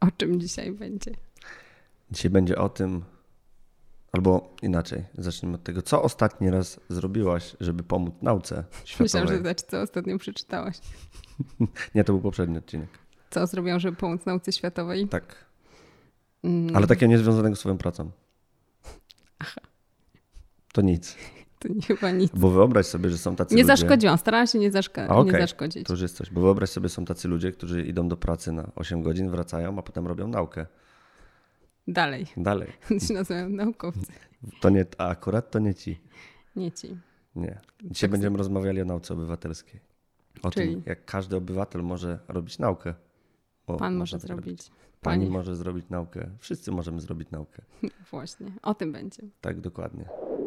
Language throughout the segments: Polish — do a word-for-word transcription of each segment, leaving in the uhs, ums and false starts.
O czym dzisiaj będzie? Dzisiaj będzie o tym, albo inaczej, zacznijmy od tego, co ostatni raz zrobiłaś, żeby pomóc nauce światowej? Myślałam, że znaczy, co ostatnio przeczytałaś. Nie, to był poprzedni odcinek. Co zrobiłam, żeby pomóc nauce światowej? Tak. Mm. Ale takiego niezwiązanego z swoją pracą. Aha. To nic. To nie, chyba nic. Bo wyobraź sobie, że są tacy nie ludzie... Nie zaszkodziłam, starałam się nie, zaszka... A, okay. nie zaszkodzić. To już jest coś. Bo wyobraź sobie, są tacy ludzie, którzy idą do pracy na osiem godzin, wracają, a potem robią naukę. Dalej. Dalej. To się nazywają naukowcy. To nie, a akurat to nie ci. Nie ci. Nie. Dzisiaj tak będziemy sobie... rozmawiali o nauce obywatelskiej. O Czyli? tym, jak każdy obywatel może robić naukę. Bo Pan może zrobić. Pani Pani może zrobić naukę. Wszyscy możemy zrobić naukę. Właśnie. O tym będzie. Tak, dokładnie.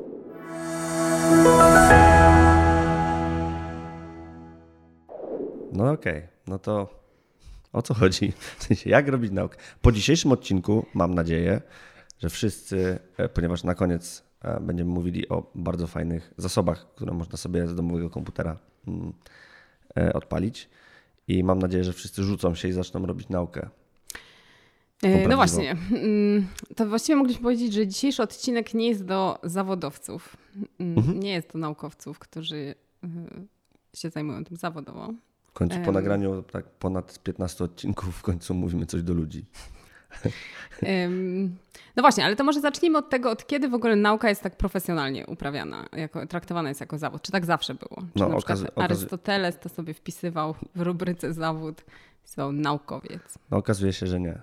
No okej. Okay. No to o co chodzi? W sensie, jak robić naukę? Po dzisiejszym odcinku mam nadzieję, że wszyscy, ponieważ na koniec będziemy mówili o bardzo fajnych zasobach, które można sobie z domowego komputera odpalić. I mam nadzieję, że wszyscy rzucą się i zaczną robić naukę. No właśnie. To właściwie mogliśmy powiedzieć, że dzisiejszy odcinek nie jest do zawodowców. Mhm. Nie jest do naukowców, którzy się zajmują tym zawodowo. W końcu po um, nagraniu tak ponad piętnastu odcinków w końcu mówimy coś do ludzi. Um, no właśnie, ale to może zacznijmy od tego, od kiedy w ogóle nauka jest tak profesjonalnie uprawiana, jako, traktowana jest jako zawód. Czy tak zawsze było? Czy no, na okaz- przykład Arystoteles to sobie wpisywał w rubryce zawód, wpisywał naukowiec. No okazuje się, że nie.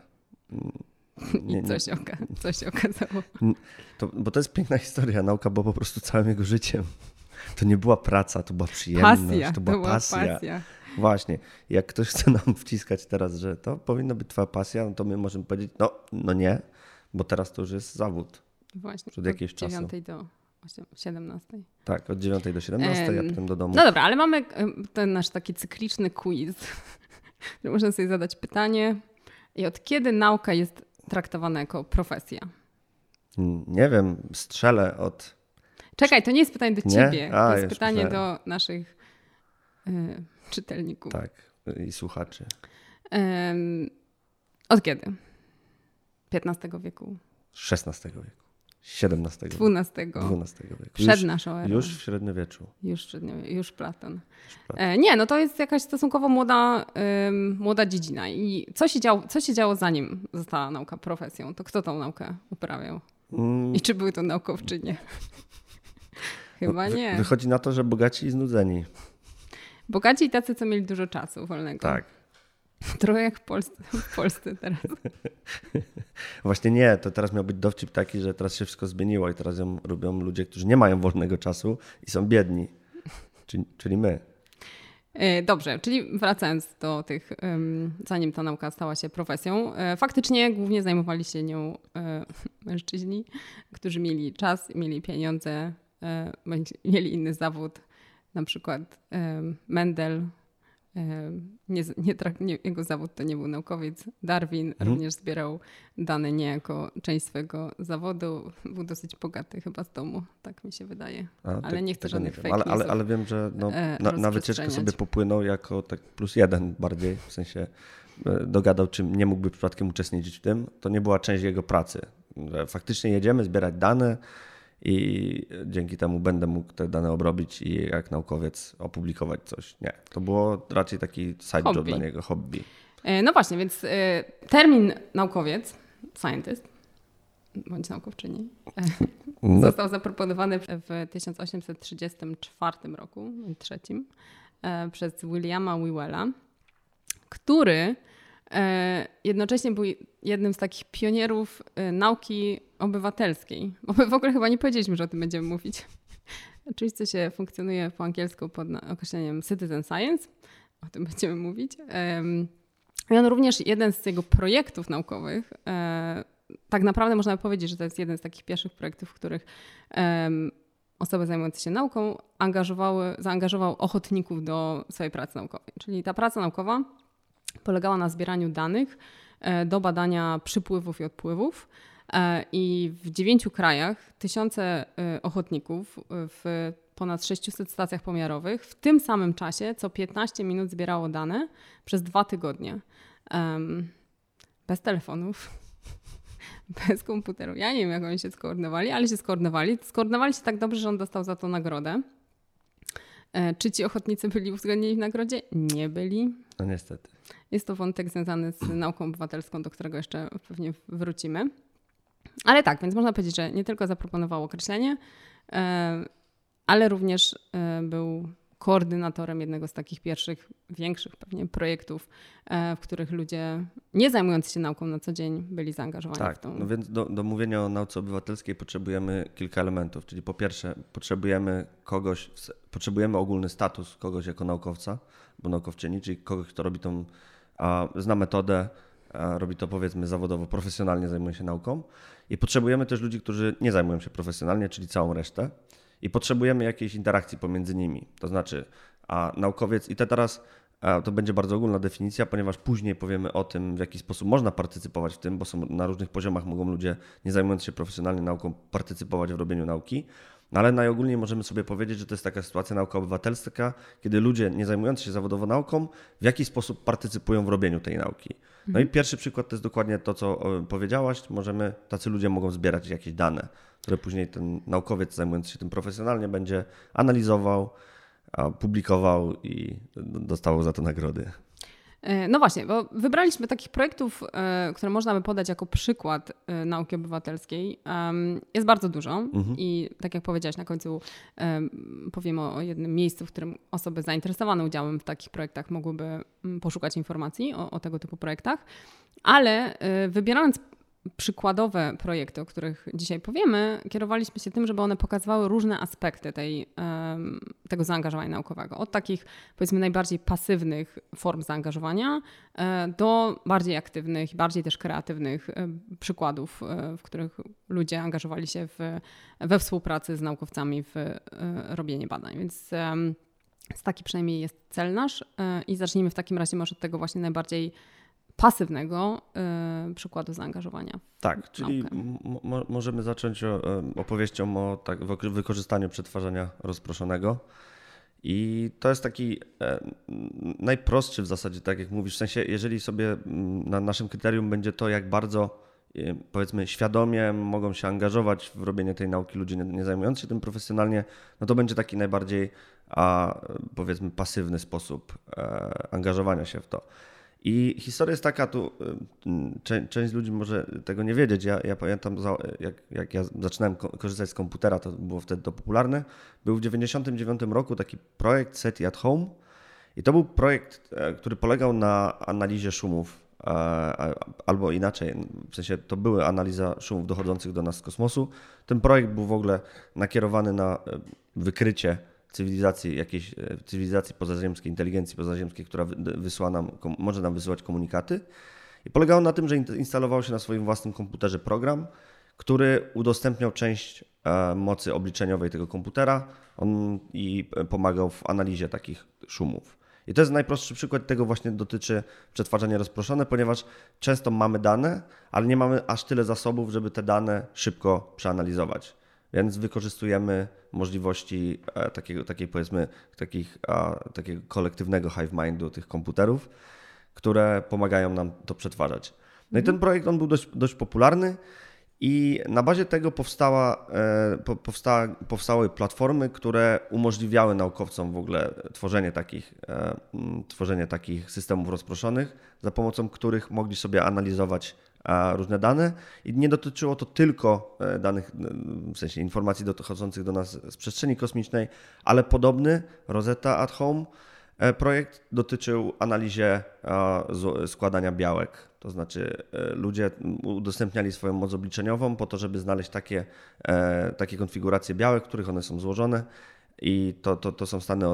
nie I co, nie. Się oka- co się okazało? To, bo to jest piękna historia. Nauka była po prostu całym jego życiem. To nie była praca, to była przyjemność, pasja, to była, to była pasja. pasja. Właśnie. Jak ktoś chce nam wciskać teraz, że to powinna być twoja pasja, no to my możemy powiedzieć, no, no nie, bo teraz to już jest zawód. Właśnie. Od jakiegoś czasu. Od dziewiątej do siedemnastej. Tak, od dziewiątej do siedemnastej, um, a potem do domu. No dobra, ale mamy ten nasz taki cykliczny quiz, że można sobie zadać pytanie, i od kiedy nauka jest traktowana jako profesja? Nie wiem, strzelę od... Czekaj, to nie jest pytanie do nie? ciebie, A, to jest pytanie myślałem. do naszych y, czytelników. Tak, i słuchaczy. Um, od kiedy? piętnastego wieku? szesnastego wieku. siedemnastego. dwunastego. dwunastego wieku. Przed już, naszą erą. Już w średniowieczu. Już, średniowieczu, już Platon. Już Platon. E, nie, no to jest jakaś stosunkowo młoda, ym, młoda dziedzina. I co się, działo, co się działo zanim została nauka profesją? To kto tą naukę uprawiał? Mm. I czy były to naukowczynie? Chyba no, nie. Wychodzi na to, że bogaci i znudzeni. Bogaci i tacy, co mieli dużo czasu wolnego. Tak. Trochę jak w Polsce, w Polsce teraz. Właśnie nie, to teraz miał być dowcip taki, że teraz się wszystko zmieniło i teraz ją robią ludzie, którzy nie mają wolnego czasu i są biedni. Czyli, czyli my. Dobrze, czyli wracając do tych, zanim ta nauka stała się profesją, faktycznie głównie zajmowali się nią mężczyźni, którzy mieli czas, mieli pieniądze, mieli inny zawód, na przykład Mendel. Nie, nie, nie, jego zawód to nie był naukowiec. Darwin mhm. również zbierał dane nie jako część swojego zawodu. Był dosyć bogaty chyba z domu, tak mi się wydaje. A, ale tak, nie chcę żadnych nie fake ale, ale, ale wiem, że no, na, na wycieczkę sobie popłynął jako tak plus jeden bardziej, w sensie dogadał, czy nie mógłby przypadkiem uczestniczyć w tym. To nie była część jego pracy. Faktycznie jedziemy zbierać dane i dzięki temu będę mógł te dane obrobić i jak naukowiec opublikować coś. Nie, to było raczej taki side job dla niego, hobby. No właśnie, więc termin naukowiec, scientist, bądź naukowczyni, no. został zaproponowany w tysiąc osiemset trzydziestym czwartym roku, trzecim, przez Williama Whewella, który jednocześnie był jednym z takich pionierów nauki obywatelskiej. Bo my w ogóle chyba nie powiedzieliśmy, że o tym będziemy mówić. Oczywiście się funkcjonuje po angielsku pod określeniem citizen science. O tym będziemy mówić. I on również jeden z jego projektów naukowych, tak naprawdę można powiedzieć, że to jest jeden z takich pierwszych projektów, w których osoby zajmujące się nauką angażowały, zaangażował ochotników do swojej pracy naukowej. Czyli ta praca naukowa polegała na zbieraniu danych do badania przypływów i odpływów. I w dziewięciu krajach tysiące ochotników w ponad sześciuset stacjach pomiarowych w tym samym czasie co piętnaście minut zbierało dane przez dwa tygodnie. bez telefonów, bez komputerów. Ja nie wiem, jak oni się skoordynowali, ale się skoordynowali. Skoordynowali się tak dobrze, że on dostał za to nagrodę. Czy ci ochotnicy byli uwzględnieni w nagrodzie? Nie byli. No niestety. Jest to wątek związany z nauką obywatelską, do którego jeszcze pewnie wrócimy. Ale tak, więc można powiedzieć, że nie tylko zaproponował określenie, ale również był koordynatorem jednego z takich pierwszych, większych pewnie projektów, w których ludzie nie zajmujący się nauką na co dzień byli zaangażowani tak, w tą. No więc do, do mówienia o nauce obywatelskiej potrzebujemy kilka elementów, czyli po pierwsze potrzebujemy kogoś, potrzebujemy ogólny status kogoś jako naukowca, bo naukowczyni, czyli kogoś, kto robi tą, a, zna metodę, a, robi to powiedzmy zawodowo, profesjonalnie zajmuje się nauką i potrzebujemy też ludzi, którzy nie zajmują się profesjonalnie, czyli całą resztę. I potrzebujemy jakiejś interakcji pomiędzy nimi. To znaczy, a naukowiec, i to teraz a to będzie bardzo ogólna definicja, ponieważ później powiemy o tym, w jaki sposób można partycypować w tym, bo są na różnych poziomach mogą ludzie, nie zajmując się profesjonalnie nauką, partycypować w robieniu nauki. No ale najogólniej możemy sobie powiedzieć, że to jest taka sytuacja nauka obywatelska, kiedy ludzie nie zajmujący się zawodowo nauką w jakiś sposób partycypują w robieniu tej nauki. No mhm. i pierwszy przykład to jest dokładnie to, co powiedziałaś. Możemy, tacy ludzie mogą zbierać jakieś dane, które później ten naukowiec zajmujący się tym profesjonalnie będzie analizował, publikował i dostawał za to nagrody. No właśnie, bo wybraliśmy takich projektów, które można by podać jako przykład nauki obywatelskiej. Jest bardzo dużo mhm. i tak jak powiedziałaś na końcu, powiemy o jednym miejscu, w którym osoby zainteresowane udziałem w takich projektach mogłyby poszukać informacji o, o tego typu projektach, ale wybierając przykładowe projekty, o których dzisiaj powiemy, kierowaliśmy się tym, żeby one pokazywały różne aspekty tej, tego zaangażowania naukowego. Od takich powiedzmy najbardziej pasywnych form zaangażowania do bardziej aktywnych, bardziej też kreatywnych przykładów, w których ludzie angażowali się w, we współpracy z naukowcami w robienie badań. Więc taki przynajmniej jest cel nasz i zacznijmy w takim razie może od tego właśnie najbardziej pasywnego y, przykładu zaangażowania. Tak, czyli m- możemy zacząć o, opowieścią o tak, wykorzystaniu przetwarzania rozproszonego. I to jest taki e, najprostszy w zasadzie, tak jak mówisz, w sensie jeżeli sobie na naszym kryterium będzie to, jak bardzo e, powiedzmy świadomie mogą się angażować w robienie tej nauki ludzie nie, nie zajmujący się tym profesjonalnie, no to będzie taki najbardziej a, powiedzmy pasywny sposób e, angażowania się w to. I historia jest taka, tu część ludzi może tego nie wiedzieć. Ja, ja pamiętam, jak, jak ja zaczynałem korzystać z komputera, to było wtedy to popularne. Był w dziewięćdziesiątym dziewiątym roku taki projekt SETI at Home i to był projekt, który polegał na analizie szumów, albo inaczej, w sensie to były analiza szumów dochodzących do nas z kosmosu. Ten projekt był w ogóle nakierowany na wykrycie cywilizacji, jakiejś cywilizacji pozaziemskiej, inteligencji pozaziemskiej, która wysyła nam, może nam wysyłać komunikaty. I polegało na tym, że instalował się na swoim własnym komputerze program, który udostępniał część mocy obliczeniowej tego komputera on i pomagał w analizie takich szumów. I to jest najprostszy przykład, tego właśnie dotyczy przetwarzania rozproszone, ponieważ często mamy dane, ale nie mamy aż tyle zasobów, żeby te dane szybko przeanalizować. Więc wykorzystujemy możliwości takiego, takiej powiedzmy, takich, takiego kolektywnego hive mindu tych komputerów, które pomagają nam to przetwarzać. No i ten projekt on był dość, dość popularny i na bazie tego powstała, powstała, powstały platformy, które umożliwiały naukowcom w ogóle tworzenie takich, tworzenie takich systemów rozproszonych, za pomocą których mogli sobie analizować różne dane i nie dotyczyło to tylko danych, w sensie informacji dochodzących do nas z przestrzeni kosmicznej, ale podobny Rosetta at Home projekt dotyczył analizie składania białek. To znaczy ludzie udostępniali swoją moc obliczeniową po to, żeby znaleźć takie, takie konfiguracje białek, w których one są złożone i to, to, to są stany o,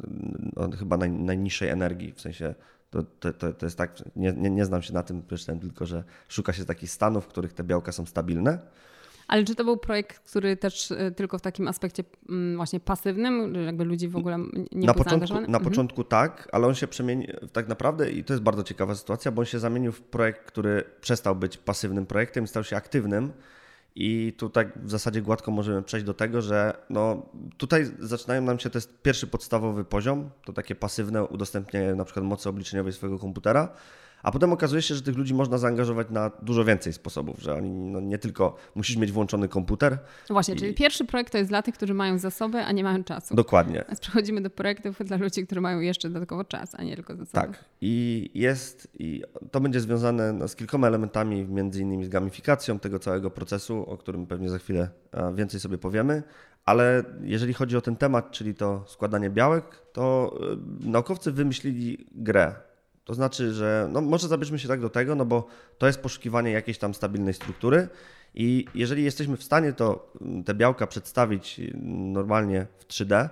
o chyba naj, najniższej energii, w sensie To, to, to jest tak, nie, nie, nie znam się na tym, przeczytałem tylko, że szuka się takich stanów, w których te białka są stabilne. Ale czy to był projekt, który też tylko w takim aspekcie właśnie pasywnym, że jakby ludzi w ogóle nie na był początku, Na mhm. początku tak, ale on się przemienił tak naprawdę i to jest bardzo ciekawa sytuacja, bo on się zamienił w projekt, który przestał być pasywnym projektem i stał się aktywnym. I tu tak w zasadzie gładko możemy przejść do tego, że no tutaj zaczynają nam się, to jest pierwszy podstawowy poziom, to takie pasywne udostępnienie na przykład mocy obliczeniowej swojego komputera, A potem okazuje się, że tych ludzi można zaangażować na dużo więcej sposobów, że oni no, nie tylko musisz mieć włączony komputer. No właśnie, i... czyli pierwszy projekt to jest dla tych, którzy mają zasoby, a nie mają czasu. Dokładnie. Teraz przechodzimy do projektów dla ludzi, którzy mają jeszcze dodatkowo czas, a nie tylko zasoby. Tak. I jest, i to będzie związane no, z kilkoma elementami, między innymi z gamifikacją tego całego procesu, o którym pewnie za chwilę więcej sobie powiemy. Ale jeżeli chodzi o ten temat, czyli to składanie białek, to naukowcy wymyślili grę. To znaczy, że no może zabierzmy się tak do tego, no bo to jest poszukiwanie jakiejś tam stabilnej struktury i jeżeli jesteśmy w stanie to, te białka przedstawić normalnie w trzy D,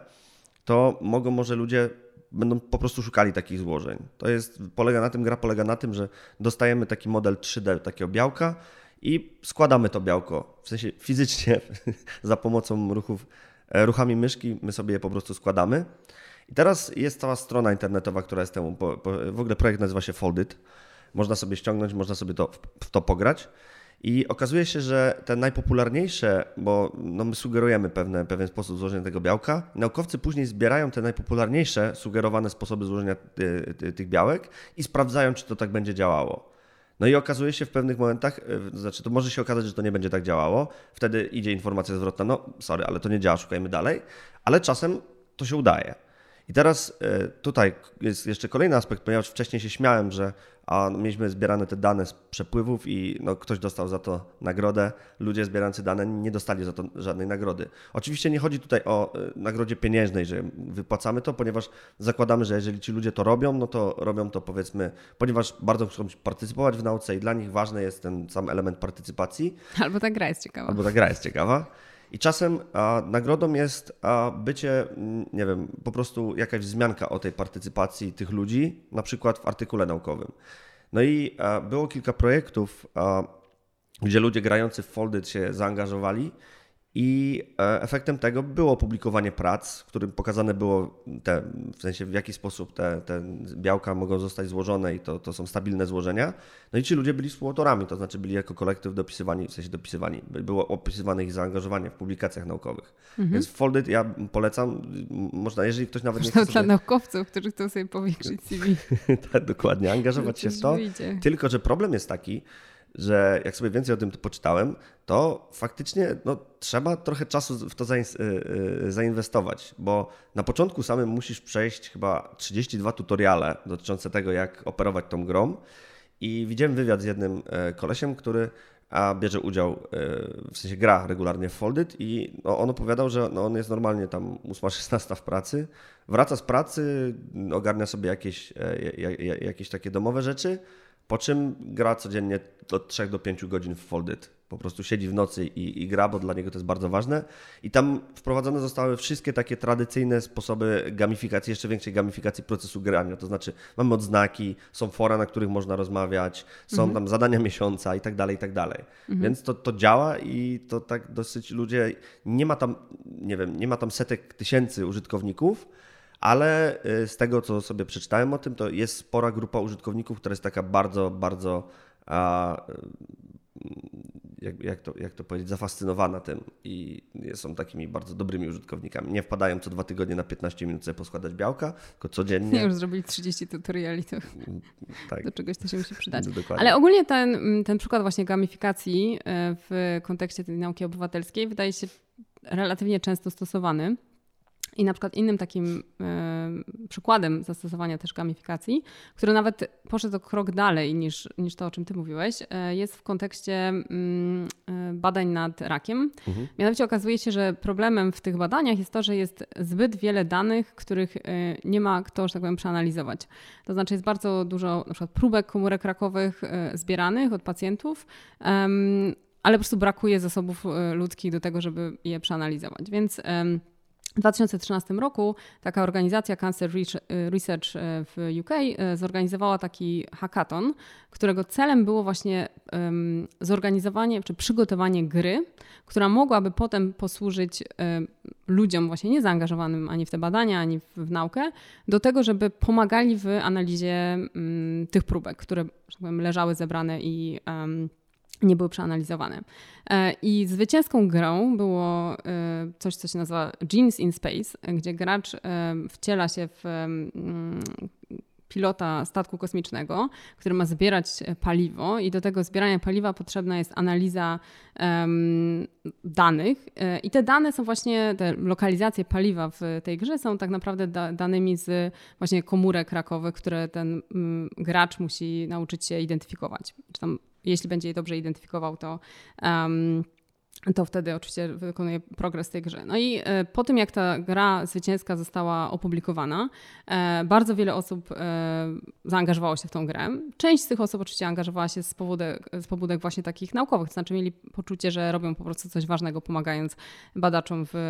to mogą może ludzie będą po prostu szukali takich złożeń. To jest, polega na tym, gra polega na tym, że dostajemy taki model trzy D takiego białka i składamy to białko, w sensie fizycznie za pomocą ruchów, ruchami myszki my sobie je po prostu składamy. I teraz jest cała strona internetowa, która jest temu, po, po, w ogóle projekt nazywa się Foldit. Można sobie ściągnąć, można sobie to, w to pograć. I okazuje się, że te najpopularniejsze, bo no my sugerujemy pewne, pewien sposób złożenia tego białka, naukowcy później zbierają te najpopularniejsze sugerowane sposoby złożenia ty, ty, tych białek i sprawdzają, czy to tak będzie działało. No i okazuje się w pewnych momentach, znaczy to może się okazać, że to nie będzie tak działało, wtedy idzie informacja zwrotna, no sorry, ale to nie działa, szukajmy dalej, ale czasem to się udaje. I teraz tutaj jest jeszcze kolejny aspekt, ponieważ wcześniej się śmiałem, że a mieliśmy zbierane te dane z przepływów i no, ktoś dostał za to nagrodę. Ludzie zbierający dane nie dostali za to żadnej nagrody. Oczywiście nie chodzi tutaj o nagrodzie pieniężnej, że wypłacamy to, ponieważ zakładamy, że jeżeli ci ludzie to robią, no to robią to powiedzmy, ponieważ bardzo chcą partycypować w nauce i dla nich ważny jest ten sam element partycypacji. Albo ta gra jest ciekawa. Albo ta gra jest ciekawa. I czasem a, nagrodą jest a, bycie, nie wiem, po prostu jakaś wzmianka o tej partycypacji tych ludzi, na przykład w artykule naukowym. No i a, było kilka projektów, a, gdzie ludzie grający w Foldit się zaangażowali i e, efektem tego było opublikowanie prac, w którym pokazane było te, w sensie w jaki sposób te, te białka mogą zostać złożone i to, to są stabilne złożenia. No i ci ludzie byli współautorami, to znaczy byli jako kolektyw dopisywani, w sensie dopisywani, było opisywane ich zaangażowanie w publikacjach naukowych. Mhm. Więc Foldit ja polecam, można, jeżeli ktoś nawet można nie chce dla sobie... naukowców, którzy chcą sobie powiększyć C V. Tak, dokładnie, angażować się w to. Wyjdzie. Tylko że problem jest taki, że jak sobie więcej o tym poczytałem, to faktycznie no, trzeba trochę czasu w to zainwestować, bo na początku samym musisz przejść chyba trzydzieści dwa tutoriale dotyczące tego, jak operować tą grą i widziałem wywiad z jednym kolesiem, który bierze udział, w sensie gra regularnie w Foldit i no, on opowiadał, że no, on jest normalnie tam ósma szesnasta w pracy, wraca z pracy, ogarnia sobie jakieś, jakieś takie domowe rzeczy, po czym gra codziennie od trzech do pięciu godzin w Foldit. Po prostu siedzi w nocy i, i gra, bo dla niego to jest bardzo ważne. I tam wprowadzone zostały wszystkie takie tradycyjne sposoby gamifikacji, jeszcze większej gamifikacji procesu grania. To znaczy mamy odznaki, są fora, na których można rozmawiać, są mhm. tam zadania miesiąca i tak dalej, i tak dalej. Mhm. Więc to, to działa i to tak dosyć ludzie, nie ma tam, nie wiem, nie ma tam setek tysięcy użytkowników, ale z tego, co sobie przeczytałem o tym, to jest spora grupa użytkowników, która jest taka bardzo, bardzo, a, jak, jak, to, jak to powiedzieć, zafascynowana tym i są takimi bardzo dobrymi użytkownikami. Nie wpadają co dwa tygodnie na piętnaście minut sobie poskładać białka, tylko codziennie. Nie, już zrobili trzydzieści tutoriali, to tak. Do czegoś to się musi przydać. Dokładnie. Ale ogólnie ten, ten przykład właśnie gamifikacji w kontekście tej nauki obywatelskiej wydaje się relatywnie często stosowany. I na przykład innym takim y, przykładem zastosowania też gamifikacji, który nawet poszedł o krok dalej niż, niż to, o czym ty mówiłeś, y, jest w kontekście y, badań nad rakiem. Mhm. Mianowicie okazuje się, że problemem w tych badaniach jest to, że jest zbyt wiele danych, których y, nie ma kto, że tak powiem, przeanalizować. To znaczy jest bardzo dużo na przykład próbek komórek rakowych y, zbieranych od pacjentów, y, ale po prostu brakuje zasobów y, ludzkich do tego, żeby je przeanalizować. Więc y, w dwa tysiące trzynastym roku taka organizacja Cancer Research w U K zorganizowała taki hackathon, którego celem było właśnie um, zorganizowanie czy przygotowanie gry, która mogłaby potem posłużyć um, ludziom właśnie niezaangażowanym ani w te badania, ani w, w naukę, do tego, żeby pomagali w analizie um, tych próbek, które, że tak powiem, leżały zebrane i um, nie były przeanalizowane. I zwycięską grą było coś, co się nazywa Genes in Space, gdzie gracz wciela się w pilota statku kosmicznego, który ma zbierać paliwo i do tego zbierania paliwa potrzebna jest analiza um, danych i te dane są właśnie, te lokalizacje paliwa w tej grze są tak naprawdę da, danymi z właśnie komórek rakowych, które ten um, gracz musi nauczyć się identyfikować. Czy tam, jeśli będzie je dobrze identyfikował, to um, to wtedy oczywiście wykonuje progres w tej grze. No i po tym, jak ta gra zwycięska została opublikowana, bardzo wiele osób zaangażowało się w tą grę. Część z tych osób oczywiście angażowała się z pobudek, z pobudek właśnie takich naukowych, to znaczy mieli poczucie, że robią po prostu coś ważnego, pomagając badaczom w,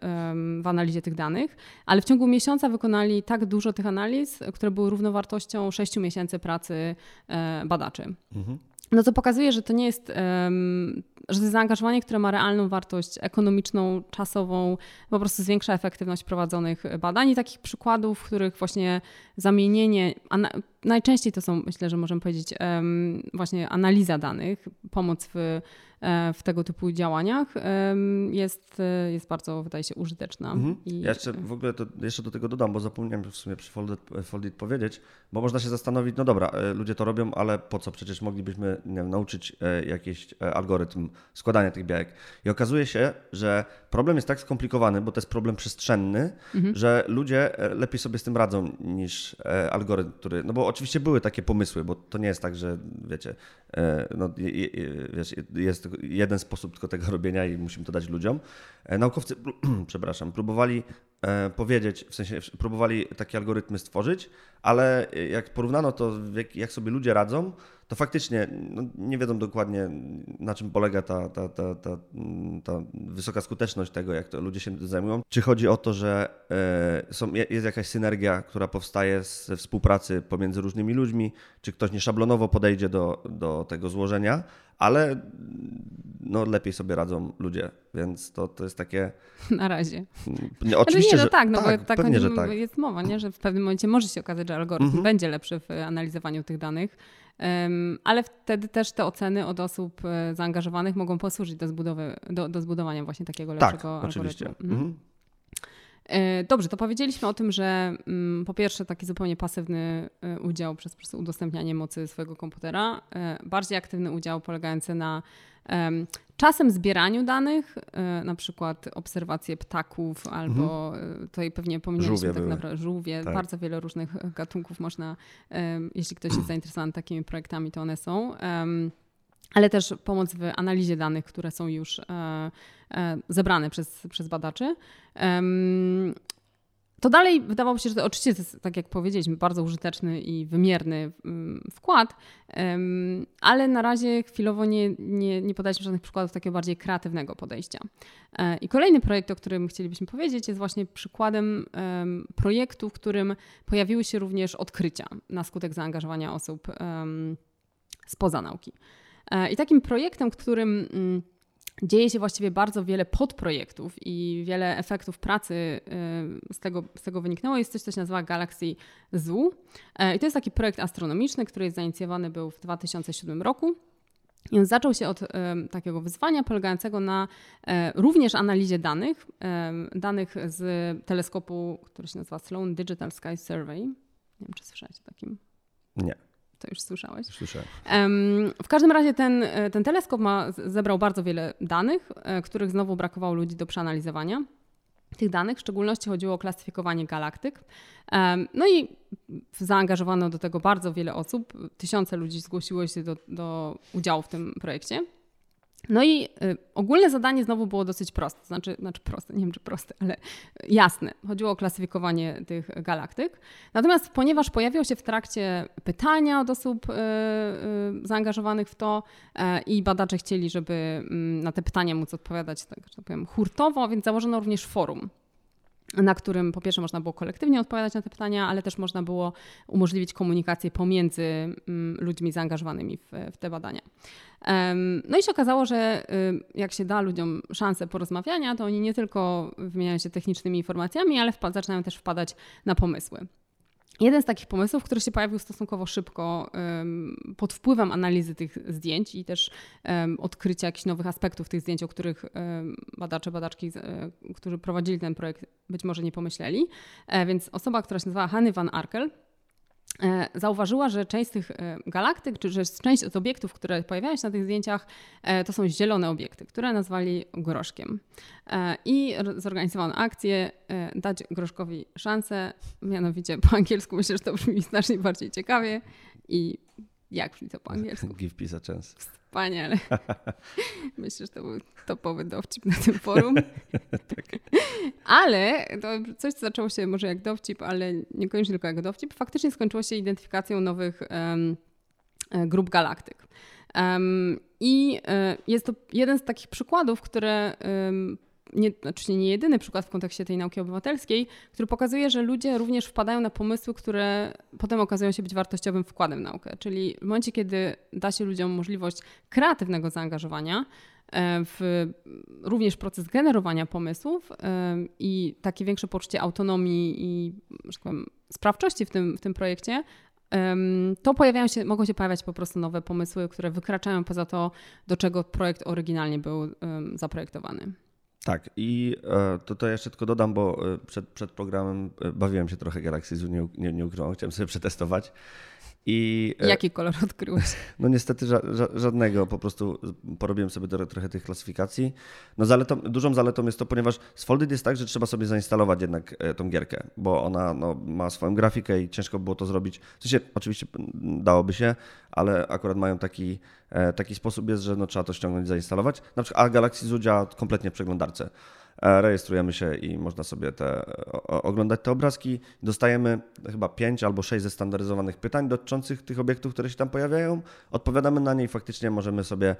w analizie tych danych, ale w ciągu miesiąca wykonali tak dużo tych analiz, które były równowartością sześciu miesięcy pracy badaczy. Mhm. No to pokazuje, że to nie jest, um, że to jest zaangażowanie, które ma realną wartość ekonomiczną, czasową, po prostu zwiększa efektywność prowadzonych badań i takich przykładów, w których właśnie zamienienie, a na, najczęściej to są, myślę, że możemy powiedzieć, um, właśnie analiza danych, pomoc w, w tego typu działaniach jest, jest bardzo, wydaje się, użyteczna. Mhm. I... Ja jeszcze w ogóle to jeszcze do tego dodam, bo zapomniałem w sumie przy Foldit, Foldit powiedzieć, bo można się zastanowić, no dobra, ludzie to robią, ale po co? Przecież moglibyśmy, nie wiem, nauczyć jakiś algorytm składania tych białek. I okazuje się, że problem jest tak skomplikowany, bo to jest problem przestrzenny, mhm. że ludzie lepiej sobie z tym radzą niż algorytm, który, no bo oczywiście były takie pomysły, bo to nie jest tak, że wiecie, no, wiesz, jest jeden sposób tylko tego robienia i musimy to dać ludziom. Naukowcy, przepraszam, próbowali powiedzieć, w sensie próbowali takie algorytmy stworzyć, ale jak porównano to, jak sobie ludzie radzą, to faktycznie no, nie wiedzą dokładnie, na czym polega ta, ta, ta, ta, ta wysoka skuteczność tego, jak to ludzie się zajmują. Czy chodzi o to, że są, jest jakaś synergia, która powstaje ze współpracy pomiędzy różnymi ludźmi, czy ktoś nieszablonowo podejdzie do, do tego złożenia, ale no, lepiej sobie radzą ludzie, więc to, to jest takie... Na razie. Nie, oczywiście, nie, no że tak, no tak, bo tak pewnie, o nim że tak. jest mowa, nie? Że w pewnym momencie może się okazać, że algorytm mhm. będzie lepszy w analizowaniu tych danych, um, ale wtedy też te oceny od osób zaangażowanych mogą posłużyć do, zbudowy, do, do zbudowania właśnie takiego lepszego tak, algorytmu. Oczywiście. Mhm. Mhm. Dobrze, to powiedzieliśmy o tym, że po pierwsze taki zupełnie pasywny udział przez, przez udostępnianie mocy swojego komputera, bardziej aktywny udział polegający na czasem zbieraniu danych, na przykład obserwacje ptaków albo mhm. tutaj pewnie pominęliśmy żółwie tak były. naprawdę żółwie, tak. Bardzo wiele różnych gatunków można, jeśli ktoś jest zainteresowany takimi projektami, to one są. Ale też pomoc w analizie danych, które są już e, e, zebrane przez, przez badaczy. Um, to dalej wydawało się, że to oczywiście to jest, tak jak powiedzieliśmy, bardzo użyteczny i wymierny um, wkład, um, ale na razie chwilowo nie, nie, nie podaliśmy żadnych przykładów takiego bardziej kreatywnego podejścia. E, I kolejny projekt, o którym chcielibyśmy powiedzieć, jest właśnie przykładem um, projektu, w którym pojawiły się również odkrycia na skutek zaangażowania osób um, spoza nauki. I takim projektem, w którym dzieje się właściwie bardzo wiele podprojektów i wiele efektów pracy z tego, z tego wyniknęło, jest coś, co się nazywa Galaxy Zoo. I to jest taki projekt astronomiczny, który jest zainicjowany był w dwa tysiące siódmym roku. I on zaczął się od um, takiego wyzwania polegającego na um, również analizie danych, um, danych z teleskopu, który się nazywa Sloan Digital Sky Survey. Nie wiem, czy słyszałeś o takim? Nie. To już słyszałeś? Słyszałem. W każdym razie ten, ten teleskop ma, zebrał bardzo wiele danych, których znowu brakowało ludzi do przeanalizowania. Tych danych w szczególności chodziło o klasyfikowanie galaktyk. No i zaangażowano do tego bardzo wiele osób. Tysiące ludzi zgłosiło się do, do udziału w tym projekcie. No i y, ogólne zadanie znowu było dosyć proste, znaczy, znaczy proste, nie wiem czy proste, ale jasne. Chodziło o klasyfikowanie tych galaktyk. Natomiast ponieważ pojawiło się w trakcie pytania od osób y, y, zaangażowanych w to y, i badacze chcieli, żeby y, na te pytania móc odpowiadać, tak, że tak powiem, hurtowo, więc założono również forum, na którym po pierwsze można było kolektywnie odpowiadać na te pytania, ale też można było umożliwić komunikację pomiędzy um, ludźmi zaangażowanymi w, w te badania. Um, no i się okazało, że um, jak się da ludziom szansę porozmawiania, to oni nie tylko wymieniają się technicznymi informacjami, ale wpad- zaczynają też wpadać na pomysły. Jeden z takich pomysłów, który się pojawił stosunkowo szybko um, pod wpływem analizy tych zdjęć i też um, odkrycia jakichś nowych aspektów tych zdjęć, o których um, badacze, badaczki, um, którzy prowadzili ten projekt, być może nie pomyśleli. E, więc osoba, która się nazywa Hanny van Arkel, zauważyła, że część z tych galaktyk, czy że część z obiektów, które pojawiają się na tych zdjęciach, to są zielone obiekty, które nazwali groszkiem. I zorganizowano akcję dać groszkowi szansę, mianowicie po angielsku myślę, że to brzmi znacznie bardziej ciekawie. I jak brzmi to po angielsku? Give peace a chance. Wspaniale. Myślę, że to był topowy dowcip na tym forum. Tak. Ale to coś, co zaczęło się może jak dowcip, ale niekoniecznie tylko jak dowcip, faktycznie skończyło się identyfikacją nowych um, grup galaktyk. Um, I um, jest to jeden z takich przykładów, które um, nie, znaczy nie jedyny przykład w kontekście tej nauki obywatelskiej, który pokazuje, że ludzie również wpadają na pomysły, które potem okazują się być wartościowym wkładem w naukę. Czyli w momencie, kiedy da się ludziom możliwość kreatywnego zaangażowania w również proces generowania pomysłów i takie większe poczucie autonomii i, że tak powiem, sprawczości w tym, w tym projekcie, to pojawiają się, mogą się pojawiać po prostu nowe pomysły, które wykraczają poza to, do czego projekt oryginalnie był zaprojektowany. Tak, i tutaj jeszcze tylko dodam, bo przed, przed programem bawiłem się trochę Galaxy Zoo, nie, nie, nie ukrywam, chciałem sobie przetestować. I, Jaki kolor odkryłeś? No niestety ża- ża- żadnego, po prostu porobiłem sobie do, trochę tych klasyfikacji. No zaletą, dużą zaletą jest to, ponieważ z Folded jest tak, że trzeba sobie zainstalować jednak tą gierkę, bo ona no, ma swoją grafikę i ciężko było to zrobić. W sensie oczywiście dałoby się, ale akurat mają taki, taki sposób jest, że no, trzeba to ściągnąć i zainstalować. Na przykład, a Galaxy Zoo działa kompletnie w przeglądarce. Rejestrujemy się i można sobie te, o, oglądać te obrazki. Dostajemy chyba pięć albo sześć zestandaryzowanych pytań dotyczących tych obiektów, które się tam pojawiają. Odpowiadamy na nie i faktycznie możemy sobie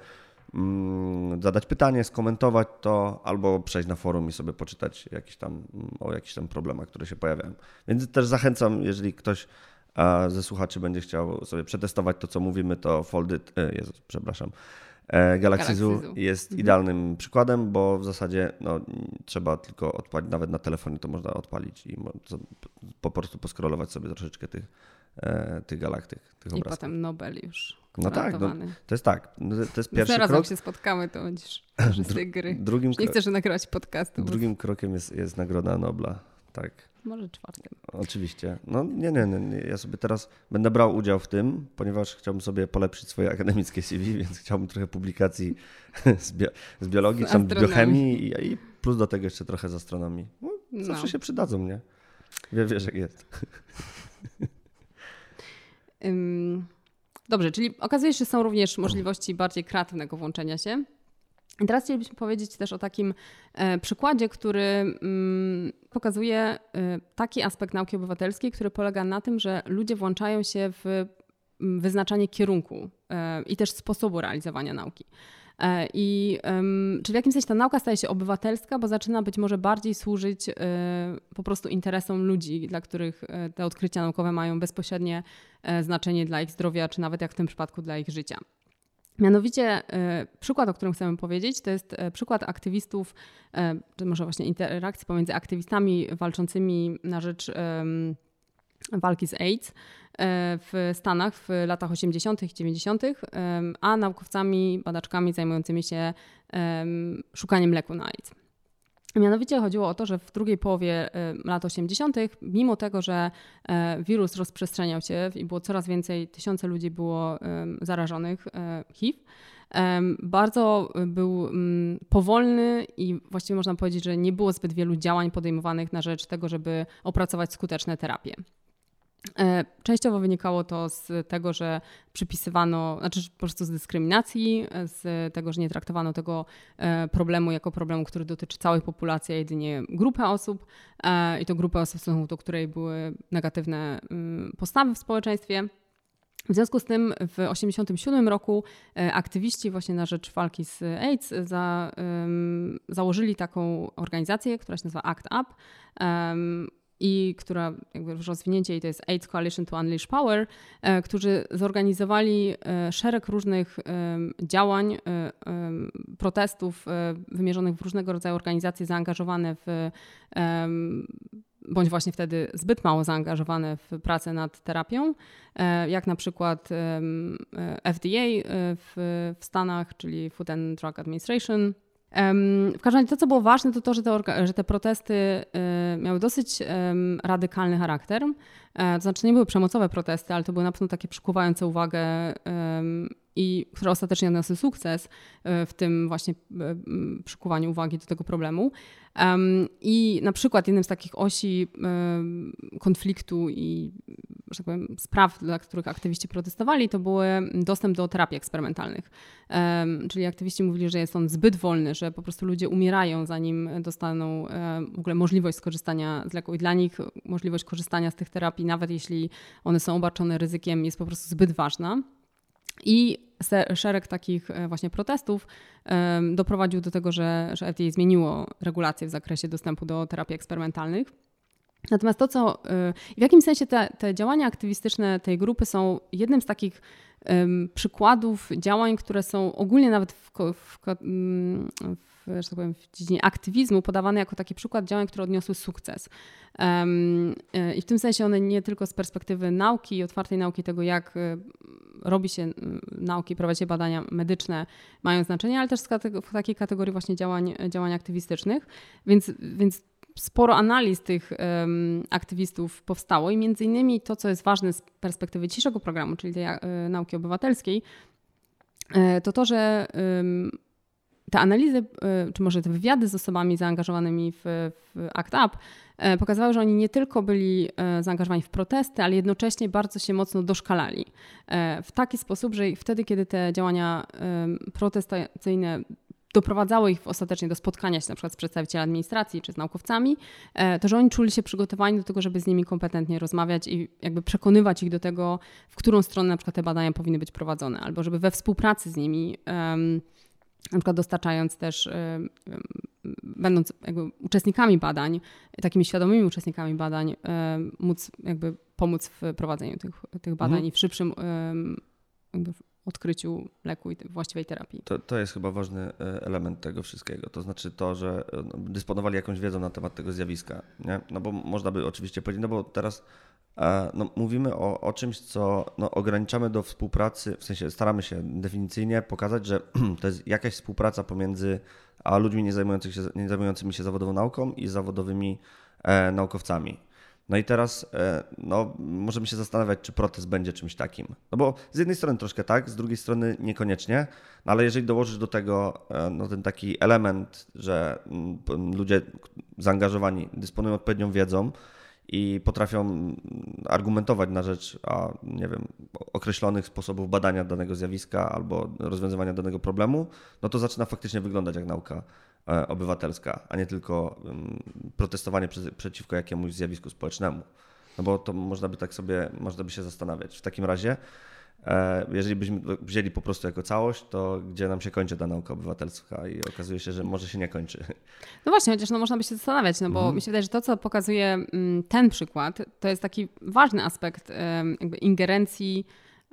mm, zadać pytanie, skomentować to albo przejść na forum i sobie poczytać jakieś tam, o jakichś tam problemach, które się pojawiają. Więc też zachęcam, jeżeli ktoś ze słuchaczy będzie chciał sobie przetestować to, co mówimy, to Folded, Jezus, przepraszam, Galaxy Zoo jest mhm. idealnym przykładem, bo w zasadzie no, trzeba tylko odpalić, nawet na telefonie to można odpalić i po prostu poskrolować sobie troszeczkę tych, tych galaktyk, tych I obrazków. potem Nobel już No tak, no, to jest tak. To jest pierwszy Zaraz krok. jak się spotkamy, to będziesz z tej gry. Drugim nie chcesz nagrywać podcastu. Drugim bo... krokiem jest, jest nagroda Nobla. Tak. Może czwartym. Oczywiście. No nie, nie, nie, nie. Ja sobie teraz będę brał udział w tym, ponieważ chciałbym sobie polepszyć swoje akademickie C V, więc chciałbym trochę publikacji z, bio, z biologii, z czy biochemii i, i plus do tego jeszcze trochę z astronomii. No, zawsze no. się przydadzą, nie? Wie, wiesz jak jest. um, dobrze, czyli okazuje się, że są również możliwości bardziej kreatywnego włączenia się. I teraz chcielibyśmy powiedzieć też o takim e, przykładzie, który mm, pokazuje e, taki aspekt nauki obywatelskiej, który polega na tym, że ludzie włączają się w wyznaczanie kierunku e, i też sposobu realizowania nauki. E, i, e, czyli w jakimś sensie ta nauka staje się obywatelska, bo zaczyna być może bardziej służyć e, po prostu interesom ludzi, dla których e, te odkrycia naukowe mają bezpośrednie e, znaczenie dla ich zdrowia, czy nawet jak w tym przypadku dla ich życia. Mianowicie przykład, o którym chcemy powiedzieć, to jest przykład aktywistów, czy może właśnie interakcji pomiędzy aktywistami walczącymi na rzecz walki z AIDS w Stanach w latach osiemdziesiątych i dziewięćdziesiątych, a naukowcami, badaczkami zajmującymi się szukaniem leku na AIDS. Mianowicie chodziło o to, że w drugiej połowie lat osiemdziesiątych, mimo tego, że wirus rozprzestrzeniał się i było coraz więcej, tysiące ludzi było zarażonych H I V, bardzo był powolny i właściwie można powiedzieć, że nie było zbyt wielu działań podejmowanych na rzecz tego, żeby opracować skuteczne terapie. Częściowo wynikało to z tego, że przypisywano, znaczy po prostu z dyskryminacji, z tego, że nie traktowano tego problemu jako problemu, który dotyczy całej populacji, a jedynie grupy osób i to grupy osób, w stosunku do której były negatywne postawy w społeczeństwie. W związku z tym w tysiąc dziewięćset osiemdziesiątym siódmym roku aktywiści właśnie na rzecz walki z AIDS za, um, założyli taką organizację, która się nazywa ACT UP, um, i która jakby rozwinięcie jej to jest AIDS Coalition to Unleash Power, e, którzy zorganizowali e, szereg różnych e, działań, e, e, protestów e, wymierzonych w różnego rodzaju organizacje zaangażowane w, e, bądź właśnie wtedy zbyt mało zaangażowane w pracę nad terapią, e, jak na przykład e, F D A w, w Stanach, czyli Food and Drug Administration, W każdym razie to, co było ważne, to to, że te, że te protesty miały dosyć radykalny charakter. To znaczy nie były przemocowe protesty, ale to były na pewno takie przykuwające uwagę i które ostatecznie odniosły sukces w tym właśnie przykuwaniu uwagi do tego problemu. I na przykład jednym z takich osi konfliktu i, że tak powiem, spraw, dla których aktywiści protestowali, to był dostęp do terapii eksperymentalnych. Czyli aktywiści mówili, że jest on zbyt wolny, że po prostu ludzie umierają, zanim dostaną w ogóle możliwość skorzystania z leku. I dla nich możliwość korzystania z tych terapii, nawet jeśli one są obarczone ryzykiem, jest po prostu zbyt ważna. I szereg takich właśnie protestów doprowadził do tego, że, że F D A zmieniło regulacje w zakresie dostępu do terapii eksperymentalnych. Natomiast to, co w jakimś sensie te, te działania aktywistyczne tej grupy są jednym z takich um, przykładów działań, które są ogólnie nawet w, w, w, że tak powiem, w dziedzinie aktywizmu podawane jako taki przykład działań, które odniosły sukces. Um, I w tym sensie one nie tylko z perspektywy nauki i otwartej nauki tego, jak robi się nauki, prowadzi się badania medyczne, mają znaczenie, ale też w takiej kategorii właśnie działań, działań aktywistycznych. Więc, więc sporo analiz tych um, aktywistów powstało i między innymi to, co jest ważne z perspektywy dzisiejszego programu, czyli tej y, nauki obywatelskiej, y, to to, że y, te analizy, y, czy może te wywiady z osobami zaangażowanymi w, w ACT UP y, pokazywały, że oni nie tylko byli y, zaangażowani w protesty, ale jednocześnie bardzo się mocno doszkalali. Y, w taki sposób, że wtedy, kiedy te działania y, protestacyjne doprowadzało ich ostatecznie do spotkania się na przykład z przedstawicielami administracji czy z naukowcami, to że oni czuli się przygotowani do tego, żeby z nimi kompetentnie rozmawiać i jakby przekonywać ich do tego, w którą stronę na przykład te badania powinny być prowadzone, albo żeby we współpracy z nimi, na przykład dostarczając też, będąc jakby uczestnikami badań, takimi świadomymi uczestnikami badań, móc jakby pomóc w prowadzeniu tych, tych badań mhm. i w szybszym jakby odkryciu leku i właściwej terapii. To, to jest chyba ważny element tego wszystkiego. To znaczy to, że dysponowali jakąś wiedzą na temat tego zjawiska. Nie? No bo można by oczywiście powiedzieć, no bo teraz no, mówimy o, o czymś, co no, ograniczamy do współpracy, w sensie staramy się definicyjnie pokazać, że to jest jakaś współpraca pomiędzy a ludźmi nie, zajmujących się, nie zajmującymi się zawodową nauką i zawodowymi e, naukowcami. No i teraz no, możemy się zastanawiać, czy protest będzie czymś takim. No bo z jednej strony troszkę tak, z drugiej strony niekoniecznie, no ale jeżeli dołożysz do tego no, ten taki element, że ludzie zaangażowani dysponują odpowiednią wiedzą i potrafią argumentować na rzecz a, nie wiem, określonych sposobów badania danego zjawiska albo rozwiązywania danego problemu, no to zaczyna faktycznie wyglądać jak nauka obywatelska, a nie tylko protestowanie przeciwko jakiemuś zjawisku społecznemu. No bo to można by tak sobie, można by się zastanawiać. W takim razie, jeżeli byśmy wzięli po prostu jako całość, to gdzie nam się kończy ta nauka obywatelska i okazuje się, że może się nie kończy. No właśnie, chociaż no można by się zastanawiać, no bo mhm. mi się wydaje, że to, co pokazuje ten przykład, to jest taki ważny aspekt jakby ingerencji,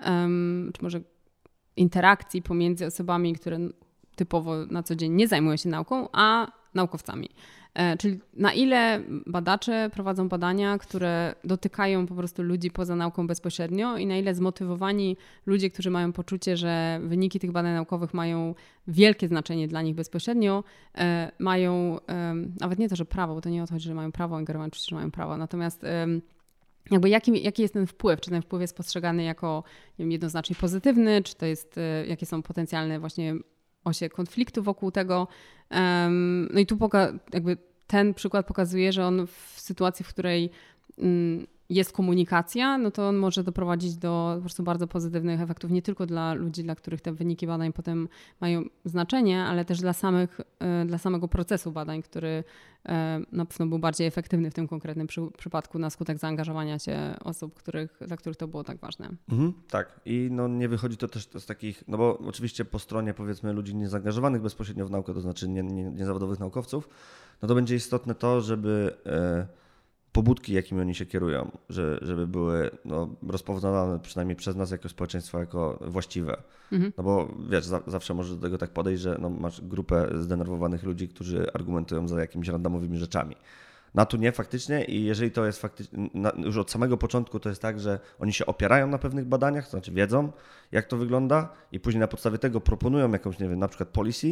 czy może interakcji pomiędzy osobami, które typowo na co dzień nie zajmują się nauką, a naukowcami. Czyli na ile badacze prowadzą badania, które dotykają po prostu ludzi poza nauką bezpośrednio i na ile zmotywowani ludzie, którzy mają poczucie, że wyniki tych badań naukowych mają wielkie znaczenie dla nich bezpośrednio, mają, nawet nie to, że prawo, bo to nie o to chodzi, że mają prawo ingerować, przecież mają prawo, natomiast jakby jaki, jaki jest ten wpływ? Czy ten wpływ jest postrzegany jako nie wiem, jednoznacznie pozytywny, czy to jest, jakie są potencjalne właśnie osie konfliktu wokół tego. No i tu poka- jakby ten przykład pokazuje, że on w sytuacji, w której jest komunikacja, no to on może doprowadzić do po prostu bardzo pozytywnych efektów nie tylko dla ludzi, dla których te wyniki badań potem mają znaczenie, ale też dla, samych, dla samego procesu badań, który na pewno był bardziej efektywny w tym konkretnym przy, przypadku na skutek zaangażowania się osób, których, dla których to było tak ważne. Mhm, tak i no nie wychodzi to też z takich, no bo oczywiście po stronie powiedzmy ludzi niezaangażowanych bezpośrednio w naukę, to znaczy niezawodowych nie, nie naukowców, no to będzie istotne to, żeby e, pobudki, jakimi oni się kierują, że, żeby były no, rozpoznawane przynajmniej przez nas jako społeczeństwo jako właściwe. Mhm. No bo wiesz, za, zawsze możesz do tego tak podejść, że no, masz grupę zdenerwowanych ludzi, którzy argumentują za jakimiś randomowymi rzeczami. No tu nie faktycznie i jeżeli to jest faktycznie, już od samego początku to jest tak, że oni się opierają na pewnych badaniach, to znaczy wiedzą jak to wygląda i później na podstawie tego proponują jakąś, nie wiem, na przykład policy,